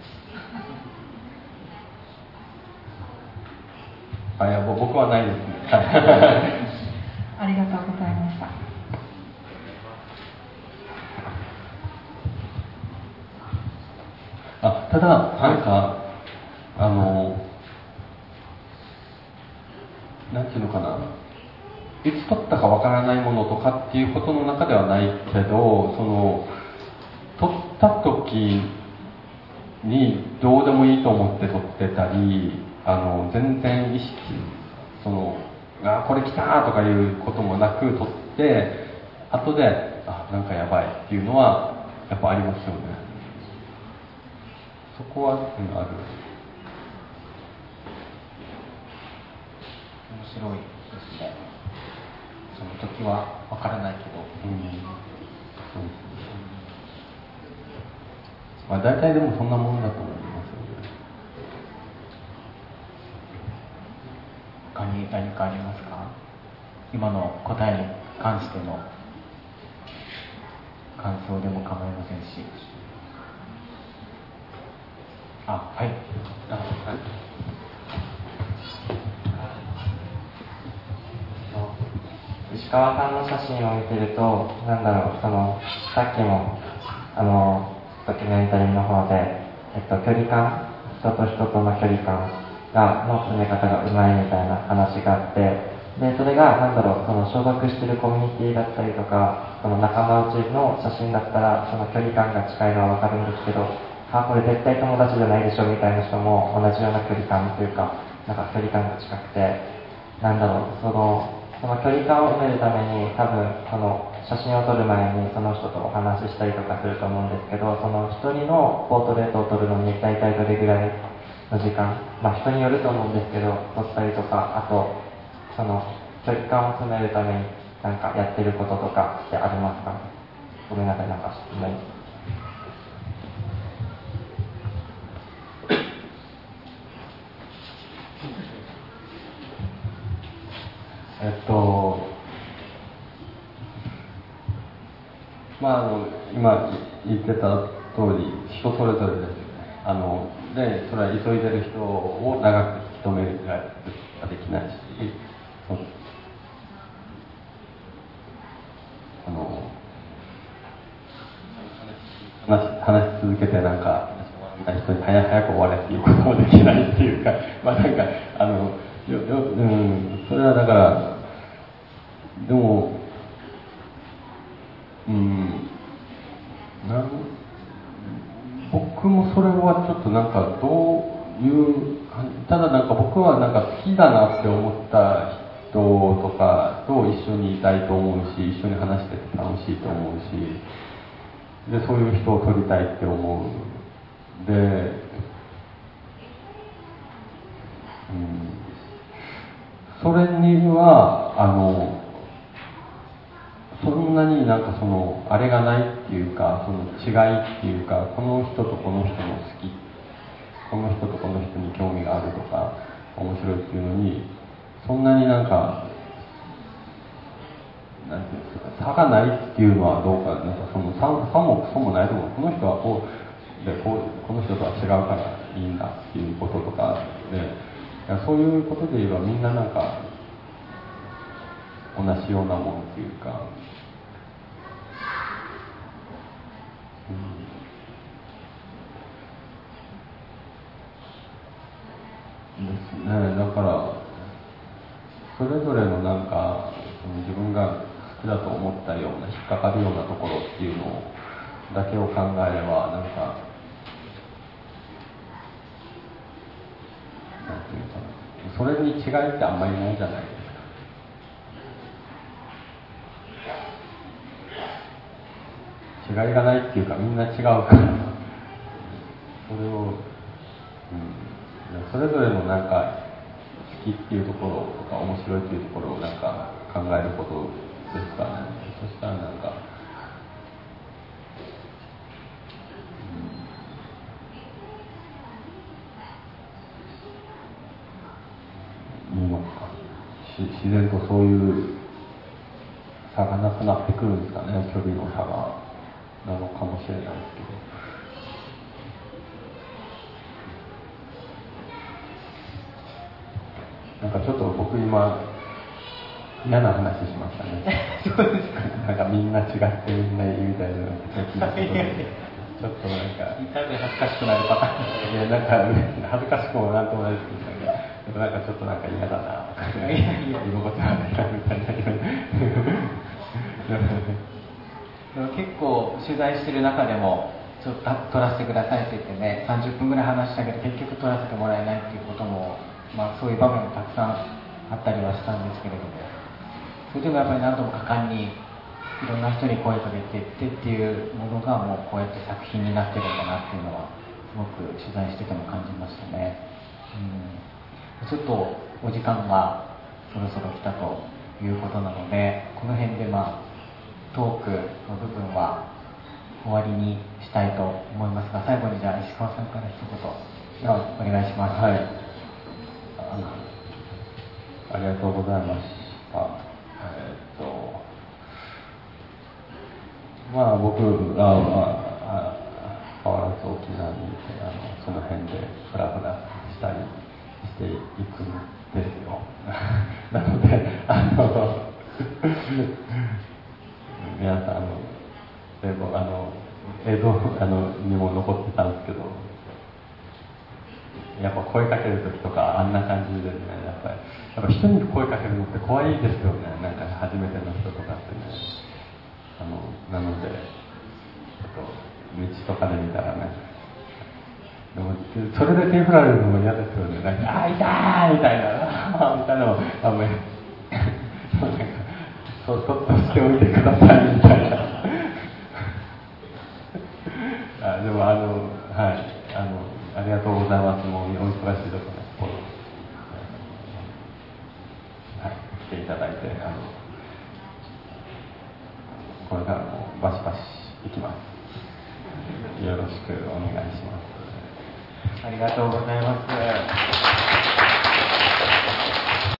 あ、いや僕はないですね。 ありがとうございました。 あ、ただなんかあのなんていうのかな、いつ撮ったかわからないものとかっていうことの中ではないけど、その撮った時にどうでもいいと思って撮ってたり、あの全然意識そのあこれ来たとかいうこともなく撮って後であなんかやばいっていうのはやっぱありますよね。そこは、うん、ある。 面白いですね。その時はわからないけど、うん、そうですね。 まあ大体でもそんなもんだと思いますよね。 他に何かありますか？今の答えに関しての感想でも構いませんし。あ、はい。あ、はい。 石川さんの写真を見てると、なんだろう、そのさっきもあのドキュメンタリーの方で、えっと、距離感、人と人との距離感がの詰め方がうまいみたいな話があって、でそれがなんだろう、その所属してるコミュニティだったりとか、その仲間内の写真だったらその距離感が近いのは分かるんですけど、あこれ絶対友達じゃないでしょみたいな人も同じような距離感というか、なんか距離感が近くて、なんだろう、そのその距離感を埋めるために多分その写真を撮る前にその人とお話ししたりとかすると思うんですけど、その一人のポートレートを撮るのに大体どれぐらいの時間、まあ人によると思うんですけど、撮ったりとか、あとその距離感を詰めるためになんかやってることとかってありますか？ごめんなさい、なんか質問。 えっとまああの今言ってた通り人それぞれです。あのでそれは急いでる人を長く引き止めるができないし、そあの話話し続けてなんか人に早早く終われっていうこともできないっていうか、まあなんかあのよよ、うん、それはだからでもうんなん僕もそれはちょっとなんかどういうただなんか僕はなんか好きだなって思った人とかと一緒にいたいと思うし、一緒に話してて楽しいと思うし、でそういう人を撮りたいって思う。で、うん、それにはあのそんなになんかそのあれがないっていうか、その違いっていうか、この人とこの人の好き、この人とこの人に興味があるとか面白いっていうのにそんなになんかなんていうんですか、差がないっていうのはどうか、なんかその差もそもないと思う。この人はこうでこうこの人とは違うからいいんだっていうこととかで、そういうことで言えばみんななんか同じようなもんっていうか、うん、ですね。だからそれぞれのなんか自分が好きだと思ったような引っかかるようなところっていうのだけを考えればなんかなんていうかな、それに違いってあんまりないじゃないですか。違いがないっていうかみんな違うからそれを、うん、それぞれのなんか好きっていうところとか面白いっていうところをなんか考えることですかね。そしたらなんか、うん、いいのかし自然とそういう差がなくなってくるんですかね。距離の差がなのかもしれないですけど。なんかちょっと僕今嫌な話しましたね。そうですか。なんかみんな違ってみんないいみたいなちょっとなんか多分恥ずかしくなるパターン。 いやなんか恥ずかしくもなんともないですけど、なんかちょっとなんか嫌だなとか、居心地悪いなみたいな。 結構取材してる中でもちょっと撮らせてくださいって言ってね、さんじゅっぷんぐらい話したけど結局撮らせてもらえないっていうことも、まあ、そういう場面もたくさんあったりはしたんですけれども、それでもやっぱり何度も果敢にいろんな人に声かけていってっていうものがもうこうやって作品になってるんだなっていうのはすごく取材してても感じましたね。うん、ちょっとお時間がそろそろ来たということなので、この辺でまあトークの部分は終わりにしたいと思いますが、最後にじゃあ石川さんから一言お願いします。 はい、あのありがとうございました。えー、っとまあ僕らは変わらず沖縄にいて、あのその辺でフラフラしたりしていくんですよ。なのであの皆さんあの映像あの映像あのにも残ってたんですけど、やっぱ声かける時とかあんな感じですね。やっぱりやっぱ人に声かけるのって怖いですよね。なんか初めての人とかってね。あのなのでちょっと道とかで見たらね、でもそれで手振られるのも嫌ですよね。なんかあー痛いみたいなみたいなのをあんまりなんかそっとしておいてくださいみたいな。あでもあのはいあのありがとうございます。もうお忙しいところね、こうはい来ていただいて、あのこれからもバシバシいきます。よろしくお願いします。 ありがとうございます。